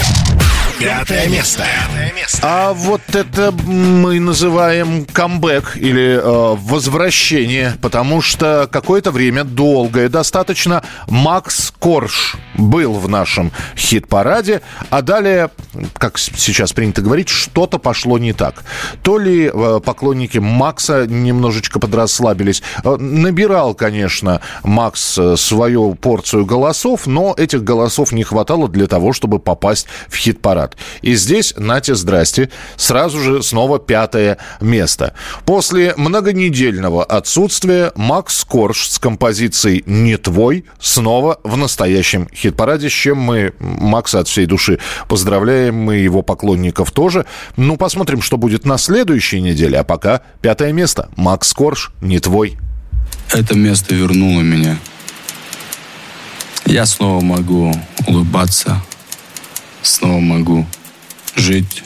5 место. А вот это мы называем камбэк или возвращение, потому что какое-то время, долгое достаточно, Макс Корж был в нашем хит-параде, а далее, как сейчас принято говорить, что-то пошло не так. То ли поклонники Макса немножечко подрасслабились. Набирал, конечно, Макс свою порцию голосов, но этих голосов не хватало для того, чтобы попасть в хит-парад. И здесь, нате, здрасте, сразу же снова 5 место. После многонедельного отсутствия Макс Корж с композицией «Не твой» снова в настоящем хит-параде, с чем мы Макса от всей души поздравляем, мы его поклонников тоже. Ну, посмотрим, что будет на следующей неделе. А пока 5 место. Макс Корж «Не твой». Это место вернуло меня. Я снова могу улыбаться. Снова могу жить.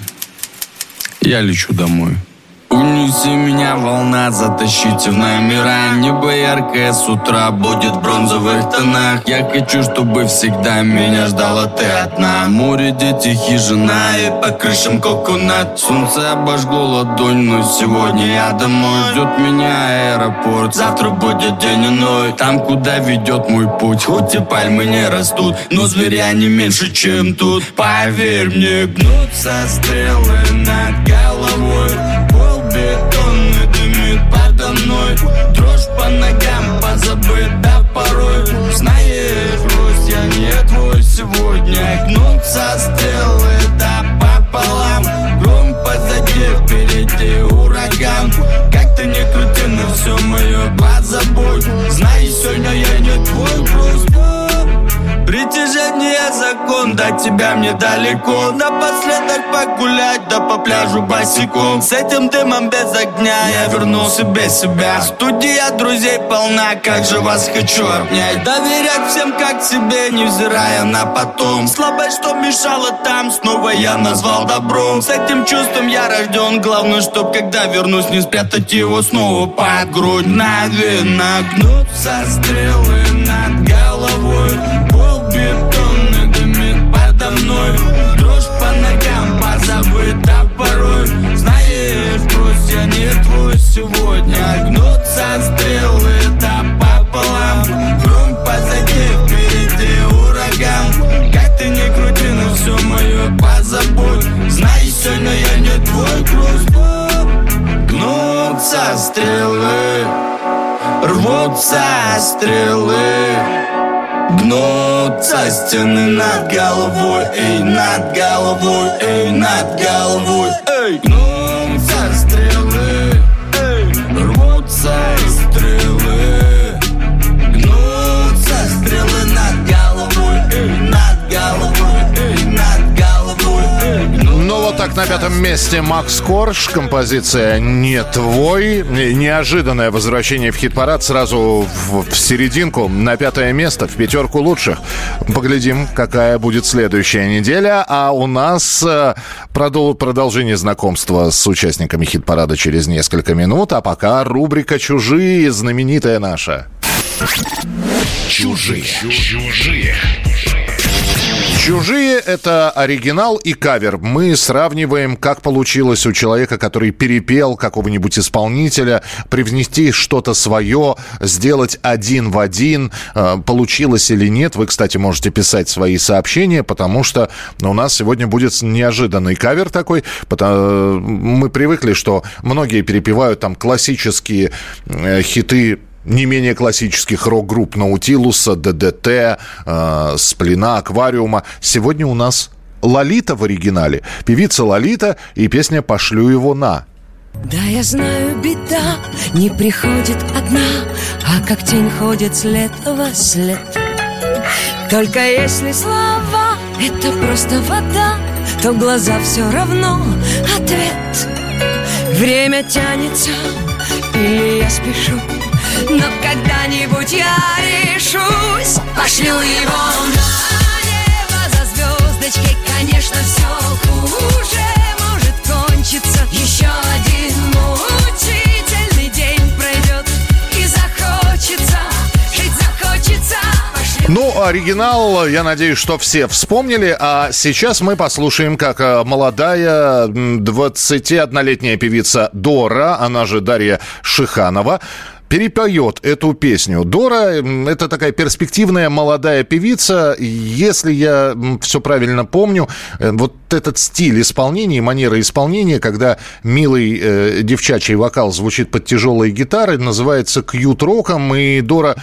Я лечу домой. Унеси меня, волна, затащите в номера. Небо яркое с утра будет в бронзовых тонах. Я хочу, чтобы всегда меня ждала ты одна. Море, дети, хижина и по крышам коконат. Солнце обожгло ладонь, но сегодня я домой. Ждет меня аэропорт, завтра будет день иной. Там, куда ведет мой путь, хоть и пальмы не растут, но зверя не меньше, чем тут. Поверь мне, гнутся стрелы над головой. Бетонный дымит подо мной. Дрожь по ногам позабыта порой. Знаешь, грусть, я не твой сегодня. Гнутся стрелы, да пополам. Гром позади, впереди ураган. Как ты не крути, но все мое позабудь. Знай, сегодня я не твой груз. Притяжение закон, до тебя мне далеко. Напоследок погулять, да по пляжу босиком. С этим дымом без огня я вернул себе себя. Студия друзей полна, как же вас хочу обнять. Доверять всем как себе, невзирая на потом. Слабость, что мешало там, снова я назвал добром. С этим чувством я рожден, главное, чтоб когда вернусь, не спрятать его снова под грудь. Наверно, гнутся стрелы над головой. Бетонный дымит подо мной. Дрожь по ногам позабыта порой. Знаешь, грусть, я не твой сегодня. Гнутся стрелы, да пополам. Гром позади, впереди ураган. Как ты не крути, но все мое позабудь. Знай, сегодня я не твой груз. Гнутся стрелы, рвутся стрелы. Гнутся стены над головой, эй, над головой, эй, над головой, эй. Гнутся стрелы, эй, рвутся стрелы. Гнутся стрелы над головой, эй, над головой, эй, над головой, эй. Ну вот так, на 5-м месте Макс Корж. Композиция «Не твой». Неожиданное возвращение в хит-парад сразу в серединку. На 5-е место, в 5 лучших. Поглядим, какая будет следующая неделя. А у нас продолжение знакомства с участниками хит-парада через несколько минут. А пока рубрика «Чужие», знаменитая наша. Чужие. «Чужие» — это оригинал и кавер. Мы сравниваем, как получилось у человека, который перепел какого-нибудь исполнителя, привнести что-то свое, сделать один в один, получилось или нет. Вы, кстати, можете писать свои сообщения, потому что у нас сегодня будет неожиданный кавер такой. Мы привыкли, что многие перепевают там классические хиты не менее классических рок-групп Наутилуса, ДДТ, Сплина, Аквариума. Сегодня у нас Лолита в оригинале. Певица Лолита и песня «Пошлю его на». Да, я знаю, беда не приходит одна, а как тень ходит след во след. Только если слова — это просто вода, то глаза все равно ответ. Время тянется, или я спешу, но когда-нибудь я решусь. Пошлю его на небо за звездочкой. Конечно, все хуже может кончиться. Еще один мучительный день пройдет, и захочется, жить захочется. Ну, оригинал, я надеюсь, что все вспомнили. А сейчас мы послушаем, как молодая 21-летняя певица Дора, она же Дарья Шиханова, перепоет эту песню. Дора — это такая перспективная молодая певица. Если я все правильно помню, вот этот стиль исполнения, манера исполнения, когда милый девчачий вокал звучит под тяжелой гитарой, называется кьют-роком. И Дора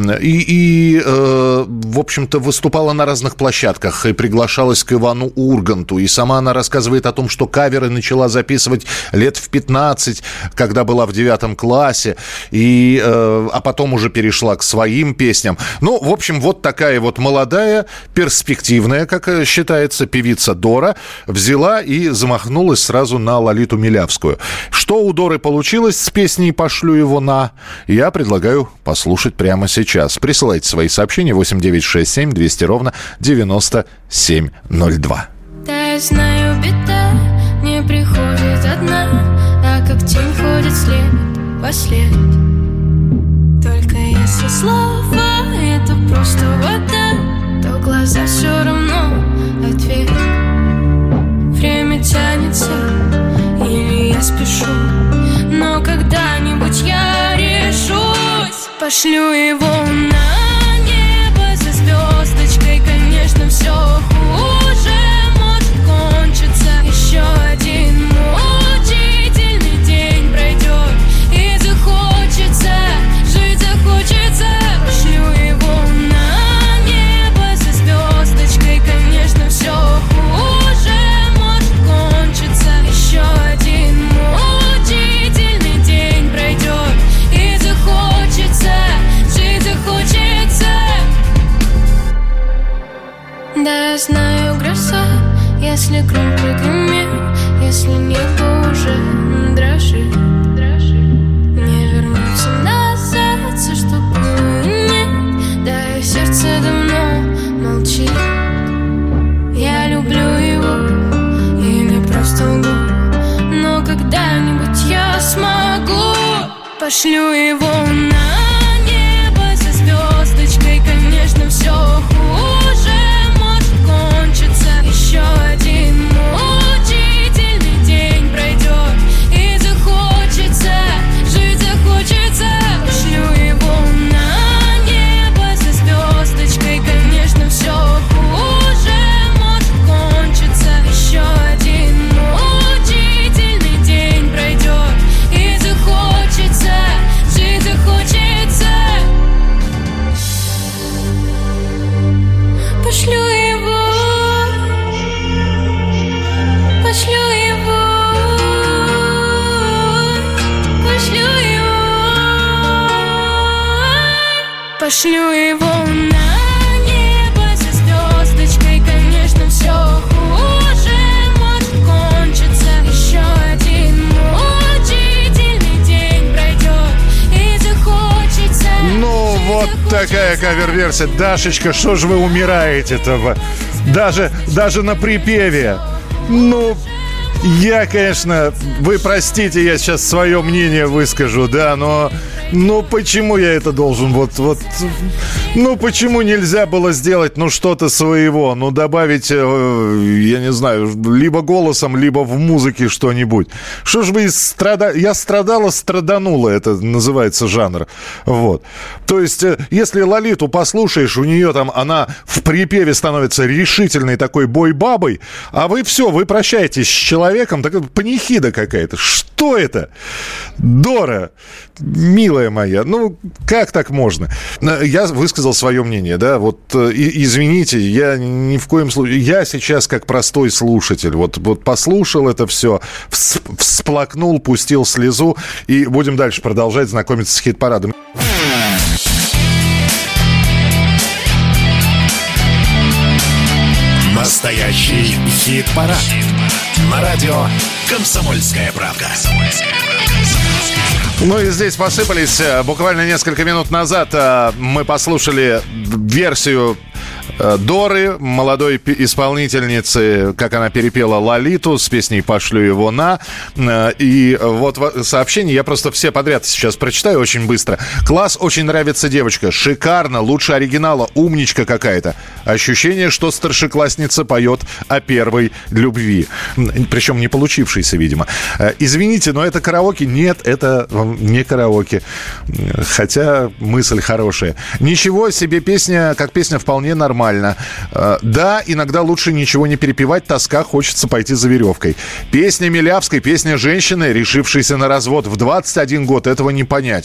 в общем-то, выступала на разных площадках и приглашалась к Ивану Урганту. И сама она рассказывает о том, что каверы начала записывать лет в 15, когда была в 9 классе. А потом уже перешла к своим песням. Ну, в общем, вот такая вот молодая, перспективная, как считается, певица Дора взяла и замахнулась сразу на Лолиту Милявскую. Что у Доры получилось с песней «Пошлю его на», я предлагаю послушать прямо сейчас. Присылайте свои сообщения 8967 200 ровно 9702. Да, я знаю, беда не приходит одна, а как тень ходит след во след. Только если слова — это просто вода, то глаза все равно ответ. Время тянется, или я спешу, но когда-нибудь я решусь. Пошлю его на небо за звездочкой. Конечно, все хуже может кончиться. Еще один мучительный день пройдет, и захочется, жить захочется. Пошлю его на небо за звездочкой. Конечно, все хуже может кончиться. Еще один мучительный день пройдет, и захочется, жить захочется. Да, я знаю, гроза, если гром прогремел, если небо уже дрожит, не вернуться назад, все, что было, нет. Да, и сердце давно молчит. Я люблю его или просто лгу, но когда-нибудь я смогу. Пошлю его на небо за звездочкой. Конечно, все хуже может кончиться. Еще один мучительный день пройдет, и захочется, жить захочется. Пошлю его на небо за звездочкой. Конечно, все хуже может кончиться. Еще один мучительный день пройдет, и захочется, жить захочется. Пошлю его, пошлю его, пошлю его, пошлю его на небо за звездочкой. Конечно, все хуже может кончиться. какая кавер-версия. Дашечка, что ж вы умираете-то? Даже на припеве. Ну, я, конечно, вы простите, я сейчас свое мнение выскажу, да, но почему я это должен ну, почему нельзя было сделать, что-то своего, добавить, я не знаю, либо голосом, либо в музыке что-нибудь. Что ж вы я страданула, это называется жанр, вот. То есть, если Лолиту послушаешь, у нее там, она в припеве становится решительной такой бой-бабой, а вы прощаетесь с человеком, такая панихида какая-то. Что это? Дора, милая моя, как так можно? Я высказал свое мнение, да, извините, я ни в коем случае, я сейчас как простой слушатель, послушал это все, всплакнул, пустил слезу, и будем дальше продолжать знакомиться с хит-парадом. Настоящий хит-парад. На радио «Комсомольская правда». И здесь посыпались. Буквально несколько минут назад мы послушали версию Доры, молодой исполнительницы, как она перепела Лолиту с песней «Пошлю его на». И сообщение, я просто все подряд сейчас прочитаю очень быстро. Класс, очень нравится девочка, шикарно, лучше оригинала, умничка какая-то. Ощущение, что старшеклассница поет о первой любви. Причем не получившейся, видимо. Извините, но это караоке? Нет, это не караоке. Хотя мысль хорошая. Ничего себе, песня, как песня, вполне нормальная. Да, иногда лучше ничего не перепевать, тоска, хочется пойти за веревкой. Песня Милявской, песня женщины, решившейся на развод в 21 год, этого не понять.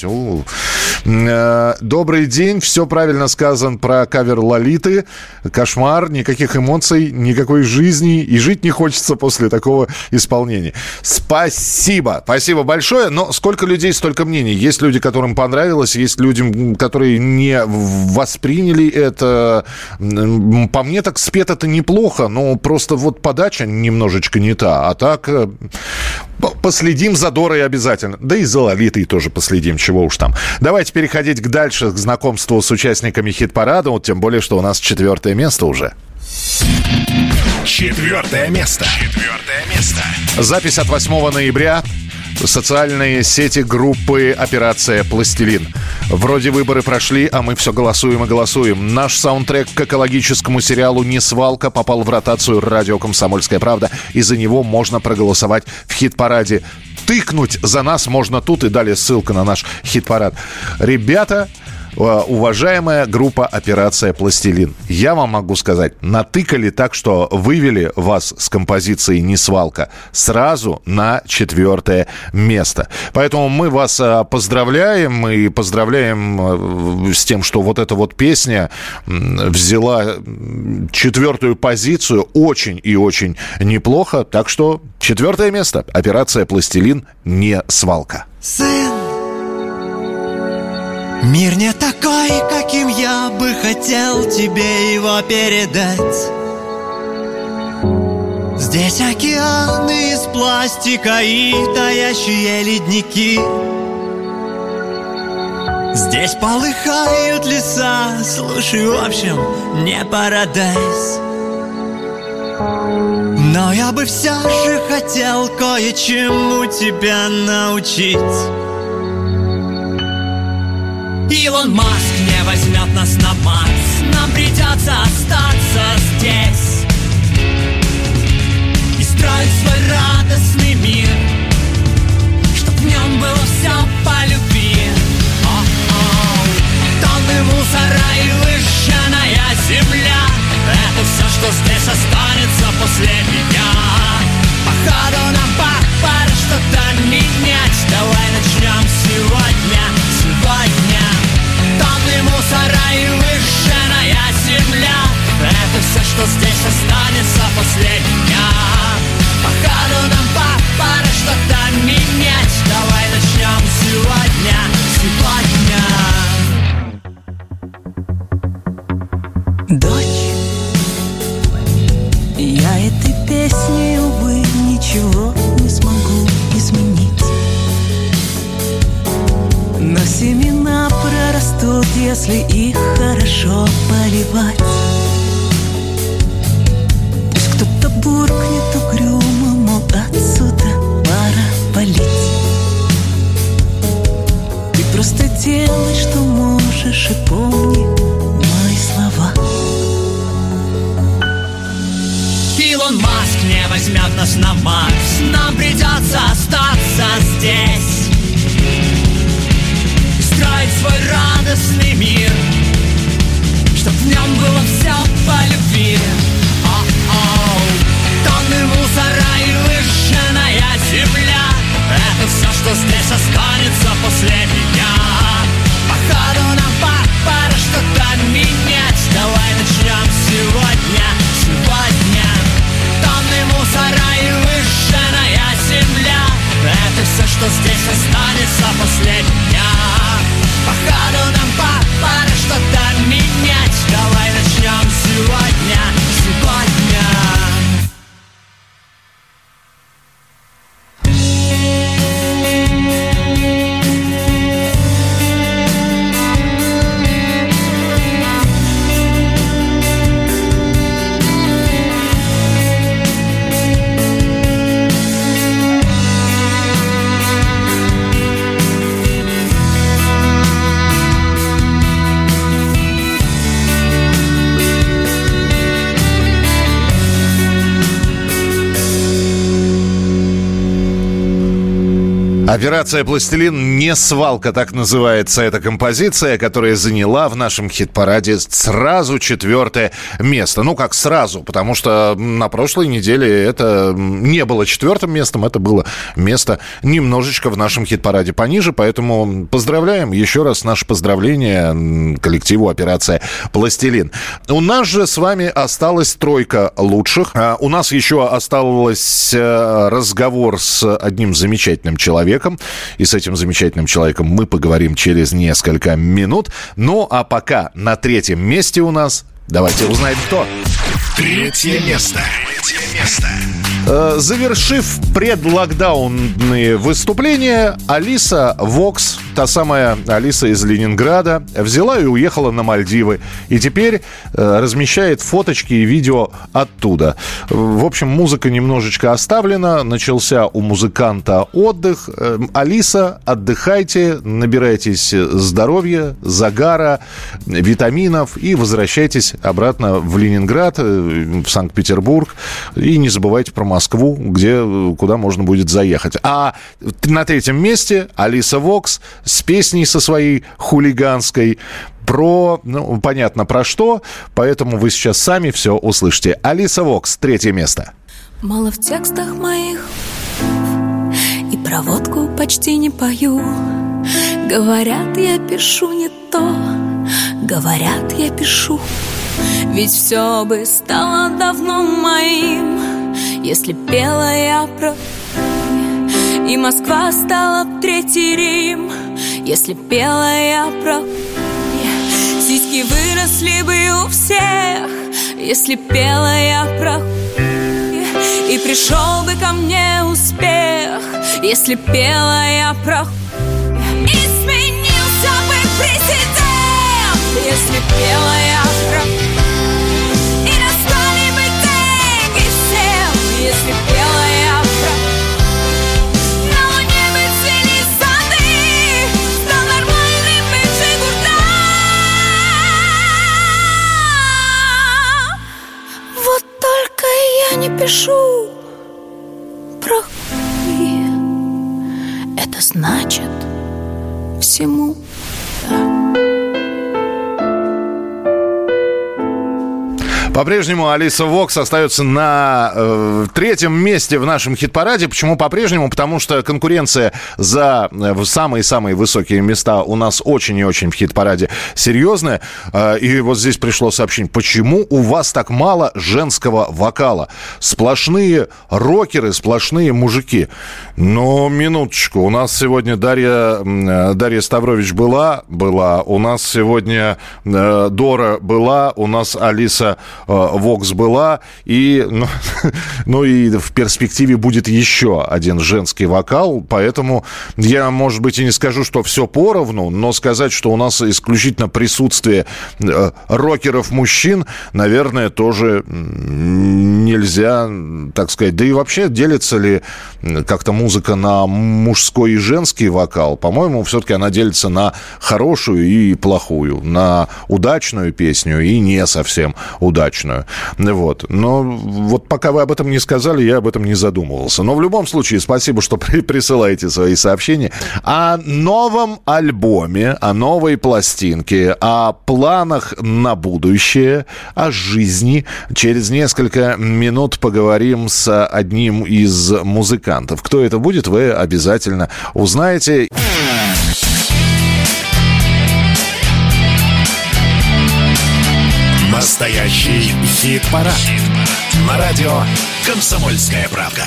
Добрый день, все правильно сказано про кавер Лолиты. Кошмар, никаких эмоций, никакой жизни, и жить не хочется после такого исполнения. Спасибо большое, но сколько людей, столько мнений. Есть люди, которым понравилось, есть люди, которые не восприняли это. По мне так спето-то неплохо, но просто подача немножечко не та. А так последим за Дорой обязательно. Да и за Лолитой тоже последим, чего уж там. Давайте переходить к знакомству с участниками хит-парада, тем более, что у нас 4-е место уже. 4-е место. Запись от 8 ноября. Социальные сети группы «Операция Пластилин». Вроде выборы прошли, а мы все голосуем и голосуем. Наш саундтрек к экологическому сериалу «Не свалка» попал в ротацию радио «Комсомольская правда», и за него можно проголосовать в хит-параде. Тыкнуть за нас можно тут, и далее ссылка на наш хит-парад. Ребята, уважаемая группа «Операция Пластилин», я вам могу сказать, натыкали так, что вывели вас с композицией «Не свалка» сразу на 4-е место. Поэтому мы вас поздравляем и поздравляем с тем, что эта песня взяла 4-ю позицию очень и очень неплохо. Так что 4-е место. «Операция Пластилин», «Не свалка». Сын, мир не такой, каким я бы хотел тебе его передать. Здесь океаны из пластика и таящие ледники. Здесь полыхают леса, слушай, в общем, не парадайз. Но я бы все же хотел кое-чему тебя научить. Илон Маск не возьмет нас на Марс, нам придется остаться здесь и строить свой радостный мир, чтоб в нем было все по любви. Тонны мусора и выжженная земля — это все, что здесь останется после меня. Походу нам пора что-то менять. Давай начнем сегодня. Тонны мусора и выжженная земля — это все, что здесь если их хорошо поливать. Пусть кто-то буркнет угрюмо, мол, отсюда пора валить. Ты просто делай, что можешь, и помни мои слова. Илон Маск не возьмет нас на Марс, нам придется остаться здесь и строить свой радостный мир, чтоб в нем было все по любви. Тонны мусора и выжженная земля — это все, что здесь останется после меня. Походу нам пора что-то менять. Давай начнем сегодня. Тонны мусора и выжженная земля — это все, что здесь останется после меня. Походу нам пора что-то менять. Давай начнем сегодня. Операция «Пластилин» не свалка, так называется эта композиция, которая заняла в нашем хит-параде сразу 4 место. Ну, как сразу, потому что на прошлой неделе это не было 4 местом, это было место немножечко в нашем хит-параде пониже, поэтому поздравляем еще раз, наше поздравление коллективу «Операция «Пластилин». У нас же с вами осталась 3 лучших. У нас еще остался разговор с одним замечательным человеком. И с этим замечательным человеком мы поговорим через несколько минут. Ну, а пока на 3 месте у нас... Давайте узнаем, кто. 3 место. Завершив предлокдаунные выступления, Алиса Вокс, та самая Алиса из Ленинграда, взяла и уехала на Мальдивы. И теперь размещает фоточки и видео оттуда. В общем, музыка немножечко оставлена. Начался у музыканта отдых. Алиса, отдыхайте, набирайтесь здоровья, загара, витаминов и возвращайтесь обратно в Ленинград, в Санкт-Петербург. И не забывайте про Москву, куда можно будет заехать. А на 3 месте Алиса Вокс с песней со своей хулиганской про, ну, понятно про что, поэтому вы сейчас сами все услышите. Алиса Вокс, 3 место. Мало в текстах моих, и про водку почти не пою. Говорят, я пишу не то, говорят, я пишу. Ведь все бы стало давно моим, если пела я про... И Москва стала б 3-й Рим, если пела я про... Сиськи выросли бы у всех, если пела я про... И пришел бы ко мне успех, если пела я про... И сменился бы президент, если пела я про... И раздали бы деньги всем, если пела я про... На луне бы цвели сады, стал нормальным бы Джигурда. Вот только я не пишу про хуй. Это значит всему да. По-прежнему Алиса Вокс остается на 3 месте в нашем хит-параде. Почему по-прежнему? Потому что конкуренция за самые-самые высокие места у нас очень и очень в хит-параде серьезная. И вот здесь пришло сообщение. Почему у вас так мало женского вокала? Сплошные рокеры, сплошные мужики. Но минуточку. У нас сегодня Дарья Ставрович была. У нас сегодня Дора была. У нас Алиса «Вокс» была, и, ну и в перспективе будет еще один женский вокал, поэтому я, может быть, и не скажу, что все поровну, но сказать, что у нас исключительно присутствие рокеров-мужчин, наверное, тоже нельзя, так сказать. Да и вообще, делится ли как-то музыка на мужской и женский вокал? По-моему, все-таки она делится на хорошую и плохую, на удачную песню и не совсем удачную. Вот. Но вот пока вы об этом не сказали, я об этом не задумывался. Но в любом случае, спасибо, что присылаете свои сообщения. О новом альбоме, о новой пластинке, о планах на будущее, о жизни. Через несколько минут поговорим с одним из музыкантов. Кто это будет, вы обязательно узнаете. Настоящий хит-парад. На радио «Комсомольская правда».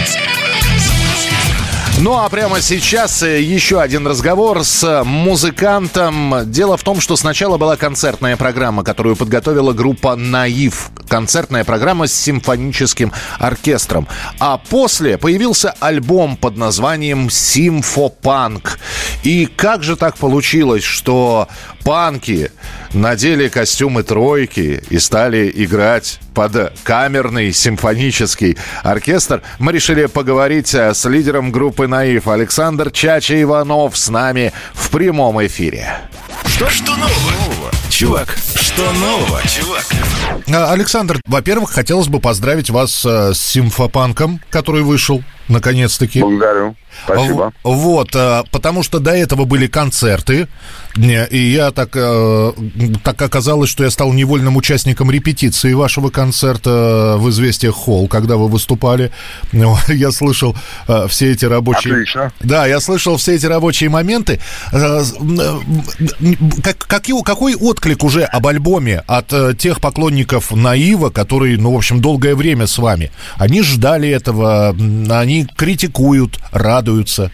Ну, а прямо сейчас еще один разговор с музыкантом. Дело в том, что сначала была концертная программа, которую подготовила группа «Наив». Концертная программа с симфоническим оркестром. А после появился альбом под названием «Симфопанк». И как же так получилось, что панки надели костюмы тройки и стали играть под камерный симфонический оркестр? Мы решили поговорить с лидером группы «Наив». Александр Чача Иванов с нами в прямом эфире. Что нового, чувак? Что нового, чувак? Александр, во-первых, хотелось бы поздравить вас с «Симфопанком», который вышел, наконец-таки. Благодарю. Спасибо. Вот, потому что до этого были концерты, и я так оказалось, что я стал невольным участником репетиции вашего концерта в «Известиях Холл», когда вы выступали. Я слышал все эти рабочие... Отлично. Да, я слышал все эти рабочие моменты. Какой отклик уже об альбоме от тех поклонников «Наива», которые, ну, в общем, долгое время с вами? Они ждали этого, они критикуют, радуются.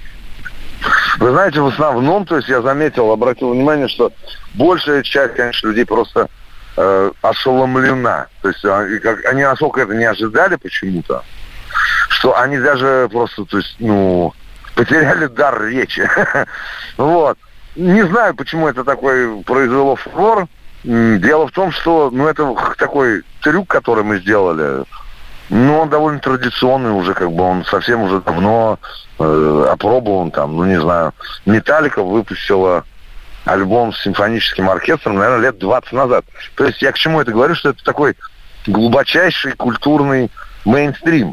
Вы знаете, в основном, то есть я заметил, обратил внимание, что большая часть, конечно, людей просто ошеломлена. То есть они настолько это не ожидали почему-то, что они даже просто, то есть, ну, потеряли дар речи. Вот. Не знаю, почему это такой произвело фурор. Дело в том, что, ну, это такой трюк, который мы сделали. Ну, он довольно традиционный уже, как бы он совсем уже давно опробован там, ну, не знаю. Металлика выпустила альбом с симфоническим оркестром, наверное, лет 20 назад. То есть я к чему это говорю, что это такой глубочайший культурный мейнстрим.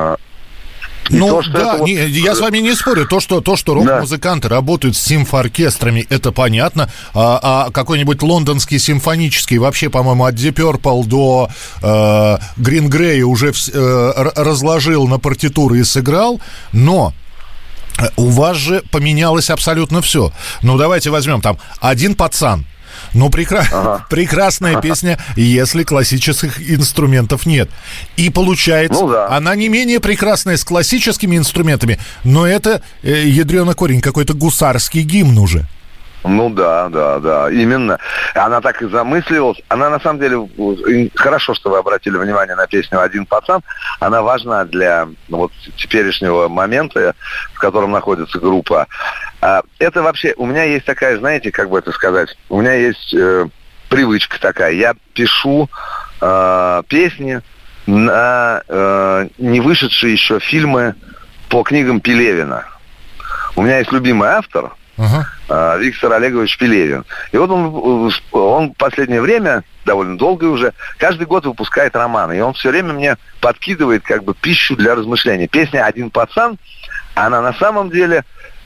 Ну, то, да, вот... я с вами не спорю. То, что рок-музыканты работают с симфооркестрами, это понятно. А какой-нибудь лондонский симфонический, вообще, по-моему, от Deep Purple до Green Grey уже разложил на партитуры и сыграл. Но у вас же поменялось абсолютно все. Ну, давайте возьмем там «Один пацан». Ну, прекрасная песня, если классических инструментов нет. И получается, ну, да, она не менее прекрасная с классическими инструментами, но это ядрёный корень, какой-то гусарский гимн уже. Ну да, именно. Она так и замысливалась. Она на самом деле, хорошо, что вы обратили внимание на песню «Один пацан». Она важна для вот теперешнего момента, в котором находится группа. Это вообще, у меня есть такая, знаете, как бы это сказать, у меня есть привычка такая. Я пишу песни на не вышедшие еще фильмы по книгам Пелевина. У меня есть любимый автор, Виктор Олегович Пелевин. И вот он в последнее время, довольно долго уже, каждый год выпускает романы. И он все время мне подкидывает как бы пищу для размышлений. Песня «Один пацан», она на самом деле,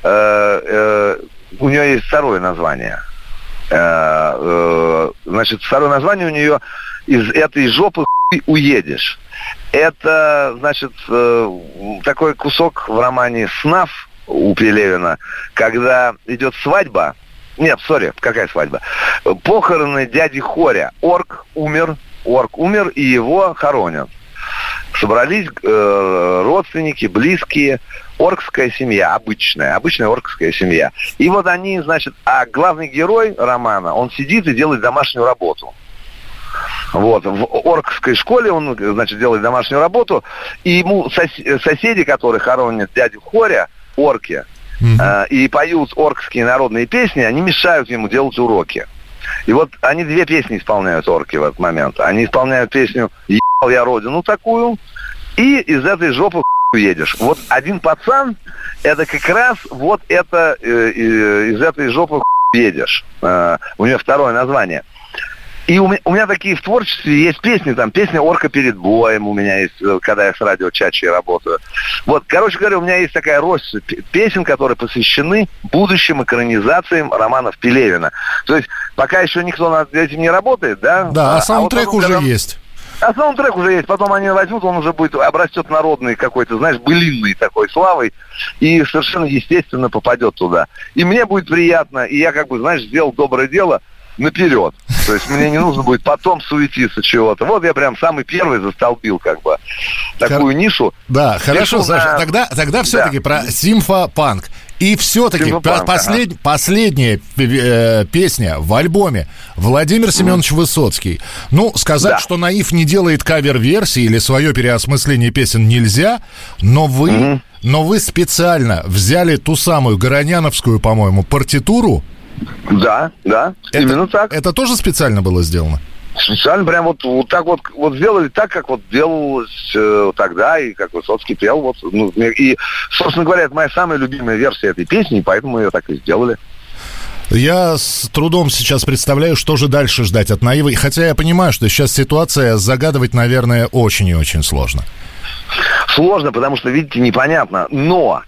у нее есть второе название. Значит, второе название у нее «Из этой жопы хуй уедешь». Это, значит, такой кусок в романе «Снаф» у Пелевина, когда идет свадьба. Нет, какая свадьба? Похороны дяди Хоря. Орк умер, и его хоронят. Собрались родственники, близкие, оркская семья, обычная оркская семья. И вот они, значит, а главный герой романа, он сидит и делает домашнюю работу. Вот, в оркской школе он, значит, делает домашнюю работу, и ему соседи, которые хоронят дядю Хоря, орки, и поют оркские народные песни, они мешают ему делать уроки. И вот они 2 песни исполняют, орки, в этот момент. Они исполняют песню «Ебал я родину такую», и «Из этой жопы едешь». Вот один пацан, это как раз вот это «Из этой жопы едешь». У него второе название. И у меня такие в творчестве есть песни, там, песня «Орка перед боем» у меня есть, когда я с радио Чачи работаю. Вот, короче говоря, у меня есть такая россыпь песен, которые посвящены будущим экранизациям романов Пелевина. То есть, пока еще никто над этим не работает, да? Да, а саундтрек уже есть. А саундтрек уже есть, потом они возьмут, он уже будет, обрастет народный какой-то, знаешь, былинной такой славой, и совершенно естественно попадет туда. И мне будет приятно, и я, как бы, знаешь, сделал доброе дело наперед. То есть мне не нужно будет потом суетиться чего-то. Вот я прям самый первый застолбил, как бы, такую нишу. Да, хорошо, Саша, тогда все-таки про симфопанк. И все-таки последняя песня в альбоме Владимир Семенович Высоцкий. Ну, сказать, что Наив не делает кавер-версии или свое переосмысление песен нельзя, но вы специально взяли ту самую Гороняновскую, по-моему, партитуру. Да, именно так. Это тоже специально было сделано? Специально прям вот так вот сделали так, как вот делалось тогда, и как Высоцкий пел. Вот, ну, и, собственно говоря, это моя самая любимая версия этой песни, и поэтому мы ее так и сделали. Я с трудом сейчас представляю, что же дальше ждать от Наивы. Хотя я понимаю, что сейчас ситуация загадывать, наверное, очень и очень сложно. Сложно, потому что, видите, непонятно. Но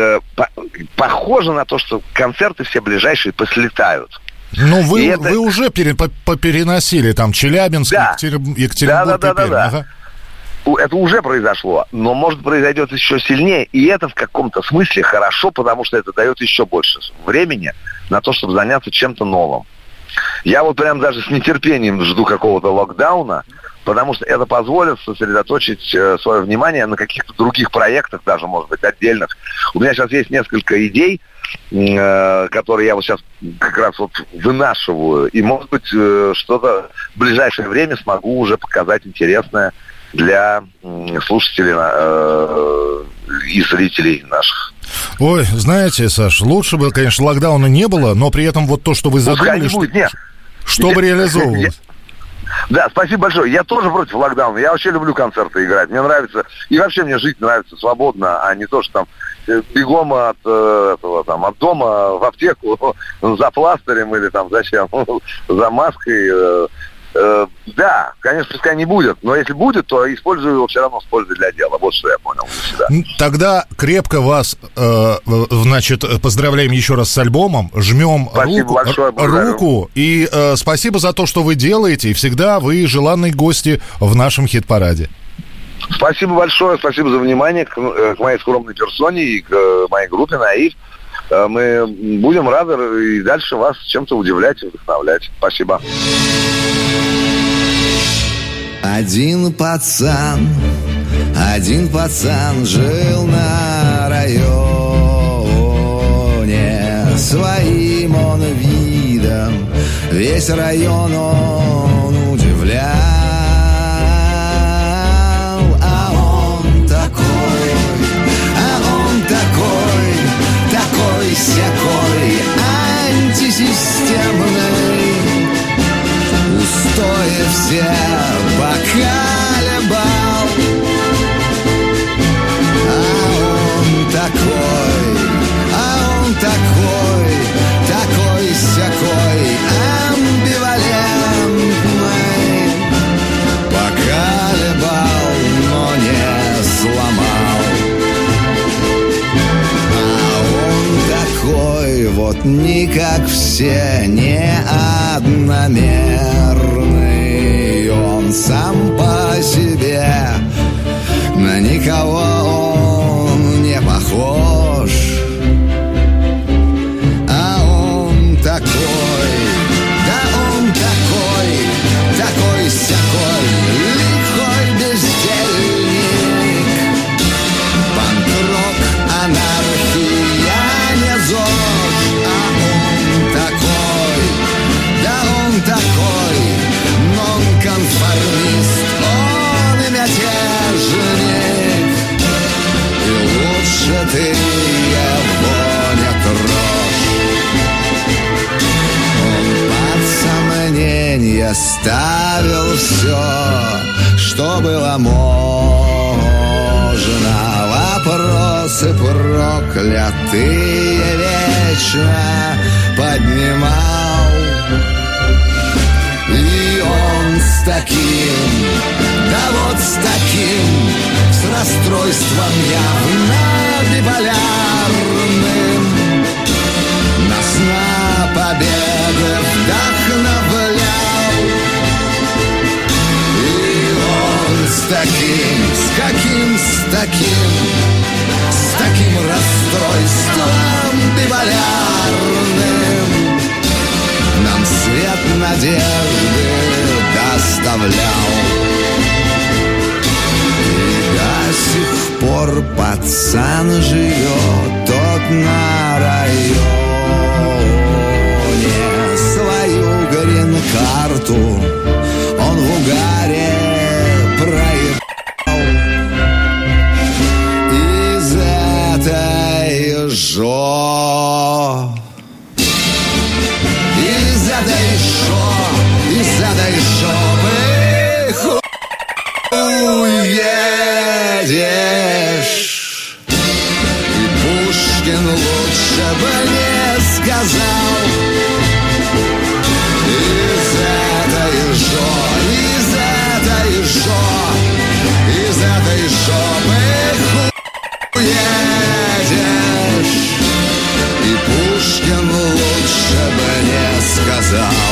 похоже на то, что концерты все ближайшие послетают. Ну, вы уже переносили там Челябинск, Екатеринбург. Да. Ага. Это уже произошло, но, может, произойдет еще сильнее. И это в каком-то смысле хорошо, потому что это дает еще больше времени на то, чтобы заняться чем-то новым. Я вот прям даже с нетерпением жду какого-то локдауна, потому что это позволит сосредоточить свое внимание на каких-то других проектах, даже, может быть, отдельных. У меня сейчас есть несколько идей, которые я вот сейчас как раз вот вынашиваю. И, может быть, что-то в ближайшее время смогу уже показать интересное для слушателей и зрителей наших. Ой, знаете, Саш, лучше бы, конечно, локдауна не было, но при этом вот то, что вы задумали, чтобы реализовывалось. Да, спасибо большое. Я тоже против локдауна. Я вообще люблю концерты играть. Мне нравится. И вообще мне жить нравится свободно, а не то, что там бегом от дома в аптеку за пластырем или там зачем, за маской. Да, конечно, пускай не будет, но если будет, то использую его все равно с пользой для дела. Вот что я понял для себя. Тогда крепко вас, поздравляем еще раз с альбомом, жмем руку и спасибо за то, что вы делаете, и всегда вы желанные гости в нашем хит-параде. Спасибо большое, спасибо за внимание к моей скромной персоне и к моей группе «Наив». Мы будем рады и дальше вас чем-то удивлять и вдохновлять. Спасибо. Один пацан жил на районе. Своим он видом весь район он удивлял. А он такой сякой антисистемный. Устои все поколебал. А он такой сякой амбивалентный. Поколебал, но не сломал. А он такой вот не как все, не одномерный. Он сам по себе на никого он не похож. А он такой, да он такой сякой, лихой бездельник. Панк-рок, анархия, не ЗОЖ. А он такой, да он такой, нонконформист. его не трожь. Он под сомнение ставил все, что было можно. Вопросы проклятые вечно поднимал. И он с таким, да вот с таким, с расстройством явно биполярным, нас на победы вдохновлял. И он с таким, с таким расстройством биполярным нам свет надежды доставлял. И до сих пор пацан живет тот на районе. Свою грин-карту он в угаре проебал. Из этой жопы уедешь. И Пушкин лучше бы не сказал. Из этой жопы уедешь. И Пушкин лучше бы не сказал.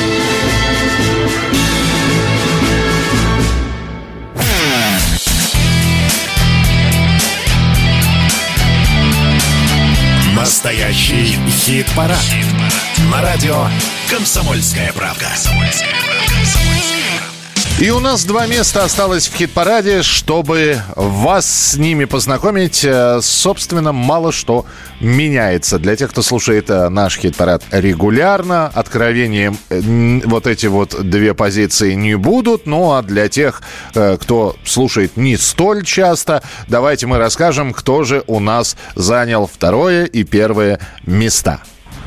Настоящий хит-парад. На радио «Комсомольская правда». И у нас 2 места осталось в хит-параде, чтобы вас с ними познакомить. Собственно, мало что меняется. Для тех, кто слушает наш хит-парад регулярно, откровением вот эти вот 2 позиции не будут. Ну, а для тех, кто слушает не столь часто, давайте мы расскажем, кто же у нас занял 2 и 1 места.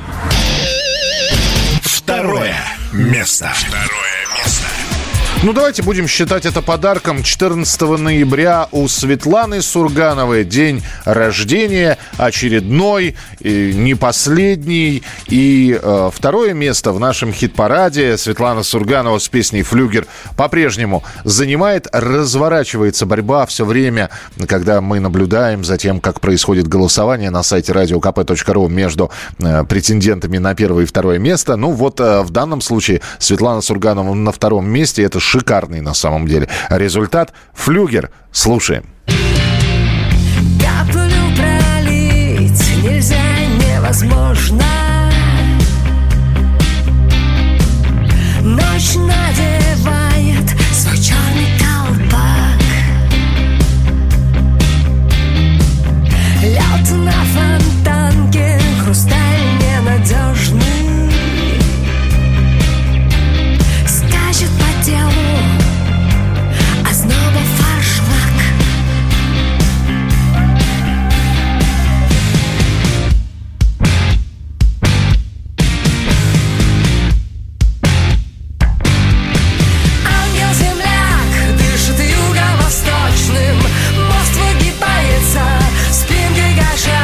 2 место. Ну, давайте будем считать это подарком. 14 ноября у Светланы Сургановой день рождения, очередной, не последний. И 2 место в нашем хит-параде Светлана Сурганова с песней «Флюгер» по-прежнему занимает. Разворачивается борьба все время, когда мы наблюдаем за тем, как происходит голосование на сайте radiokp.ru между претендентами на 1 и 2 место. Ну, вот в данном случае Светлана Сурганова на 2 месте. Это шикарный на самом деле результат. «Флюгер». Слушаем. Каплю пролить нельзя, невозможно. Ночь надевает свой черный колпак. Лед на фонтанке, хрусталь ненадежный, скачет по телу озноба фаршлаг. Ангел-земляк дышит юго-восточным, мост выгибается, спинкой гашет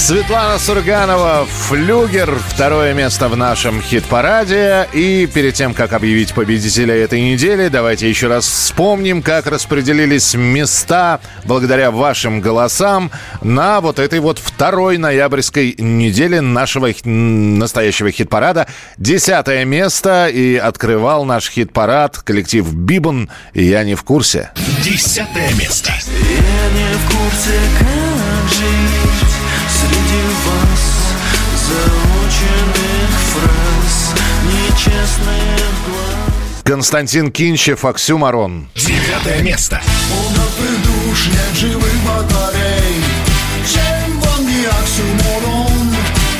Светлана Сурганова, «Флюгер», второе место в нашем хит-параде. И перед тем, как объявить победителя этой недели, давайте еще раз вспомним, как распределились места благодаря вашим голосам на вот этой вот второй ноябрьской неделе нашего настоящего хит-парада. 10 место, и открывал наш хит-парад коллектив «Бибон» и «Я не в курсе». 10 место. Я не в курсе, как жить среди вас, заученных фраз, нечестные глаз. Константин Кинчев, «Оксюмарон». 9 место. Полный душ, нет живых батарей. Чем вам не оксюморон?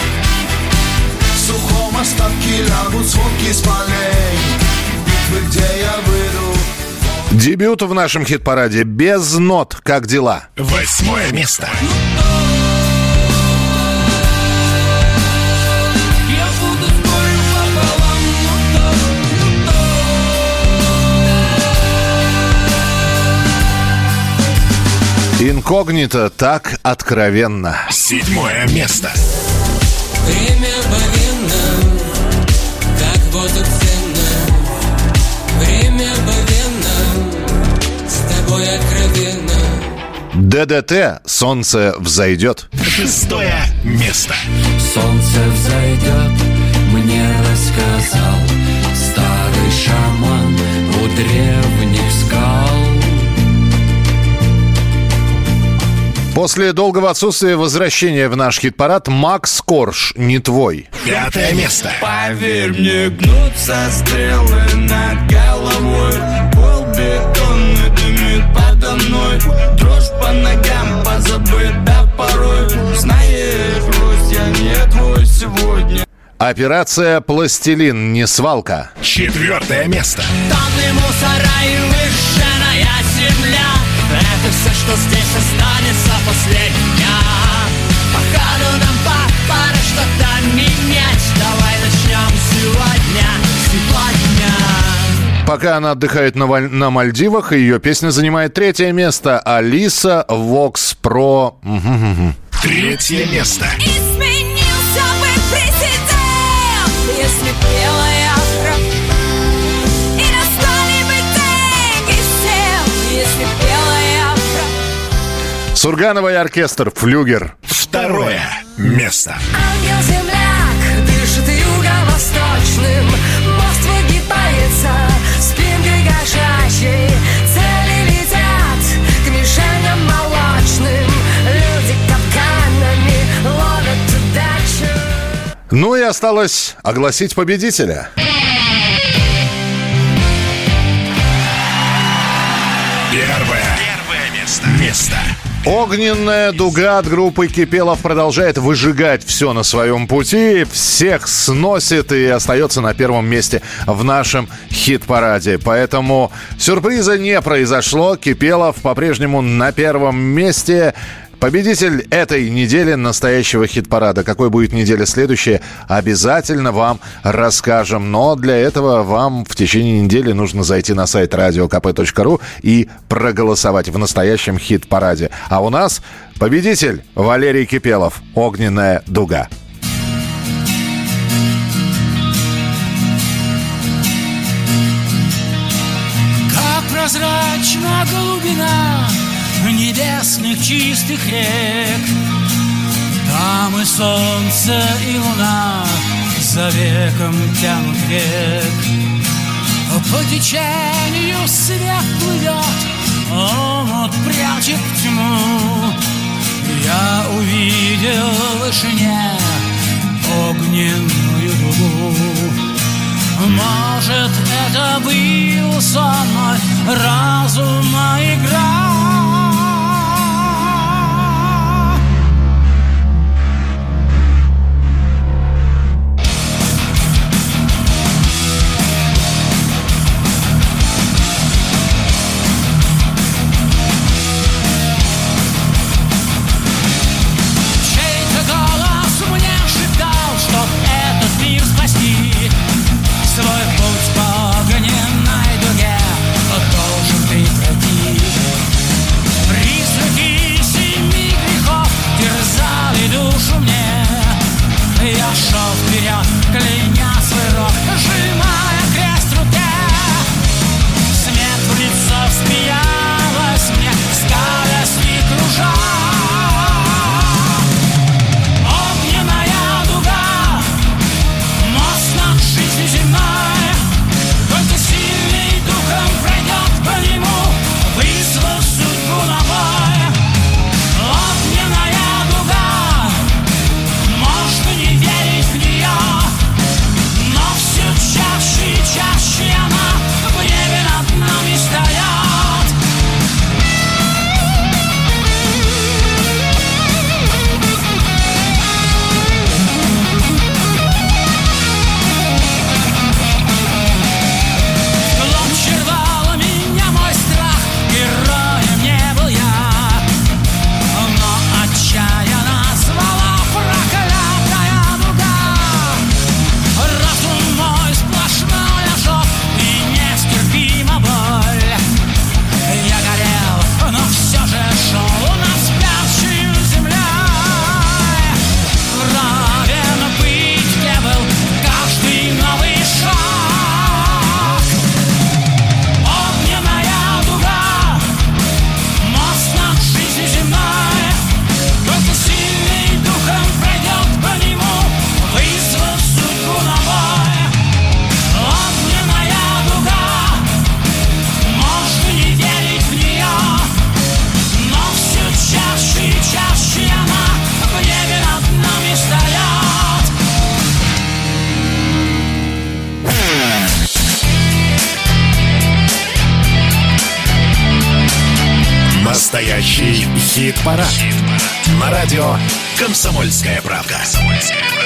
В сухом остатке лягут сводки с полей. Битвы, где я выйду. Дебют в нашем хит-параде «Без нот. Как дела?». 8 место. «Инкогнито. Так откровенно». 7 место. Время мгновенно, как воздух ценно. Время мгновенно, с тобой откровенно. ДДТ «Солнце взойдет». 6 место. Солнце взойдет, мне рассказал старый шаман у древних скал. После долгого отсутствия возвращения в наш хит-парад «Макс Корж. Не твой». 5 место. Поверь мне, гнутся стрелы над головой. Пол бетонный дымит подо мной. Дрожь по ногам позабыта порой. Знаешь, грусть, я не твой сегодня. Операция «Пластилин. Не свалка». 4 место. Тонны мусора и выжженная земля. Это все, что здесь останется после меня. Походу нам пора что-то менять. Давай начнем сегодня. Пока она отдыхает на Мальдивах, ее песня занимает 3 место. Алиса, Вокс Про. 3 место. Изменился бы президент, если белая кровь. И настали бы деньги всем, если белая кровь. Сурганова и оркестр «Флюгер». 2 место. Ангел-земляк дышит юго-восточным. Мост выгибается спинкой кошачьей. Цели летят к мишеням молочным. Люди капканами ловят удачу. Ну и осталось огласить победителя. Первое место. Огненная дуга от группы Кипелов продолжает выжигать все на своем пути, всех сносит и остается на первом месте в нашем хит-параде. Поэтому сюрприза не произошло. Кипелов по-прежнему на первом месте. Победитель этой недели настоящего хит-парада. Какой будет неделя следующая, обязательно вам расскажем. Но для этого вам в течение недели нужно зайти на сайт radiokp.ru и проголосовать в настоящем хит-параде. А у нас победитель Валерий Кипелов. «Огненная дуга». Как прозрачна глубина небесных чистых рек, там и солнце, и луна за веком тянут век. По течению свет плывет, омут прячет тьму. Я увидел в вышине огненную дугу. Может, это был со мной разума игра. шел вперед, кляня свой рог, сжимая крест в руке. Смерть в лицо смеялась мне, скалясь и кружа. Огненная дуга, мост над жизнью земной, только сильный духом пройдет по нему, вызвал судьбу на бой. Огненная дуга, можно не верить в нее, но все чаще и чаще она в небе над нами стоят. Громче рвала меня мой страх, героем не был я, но отчаянно звала проклятая дуга. Разум мой сплошной ожог и нестерпима боль. Я горел, но все же шел над спящей землей. Равен быть, где был каждый новый шаг. Огненная дуга, мост над жизнью земной, только сильный духом пройдет по нему, вызвал судьбу на бой. Огненная дуга, можно не верить в нее, но все чаще и чаще она в небе над нами стоят. Настоящий хит-парад. На радио «Комсомольская правда».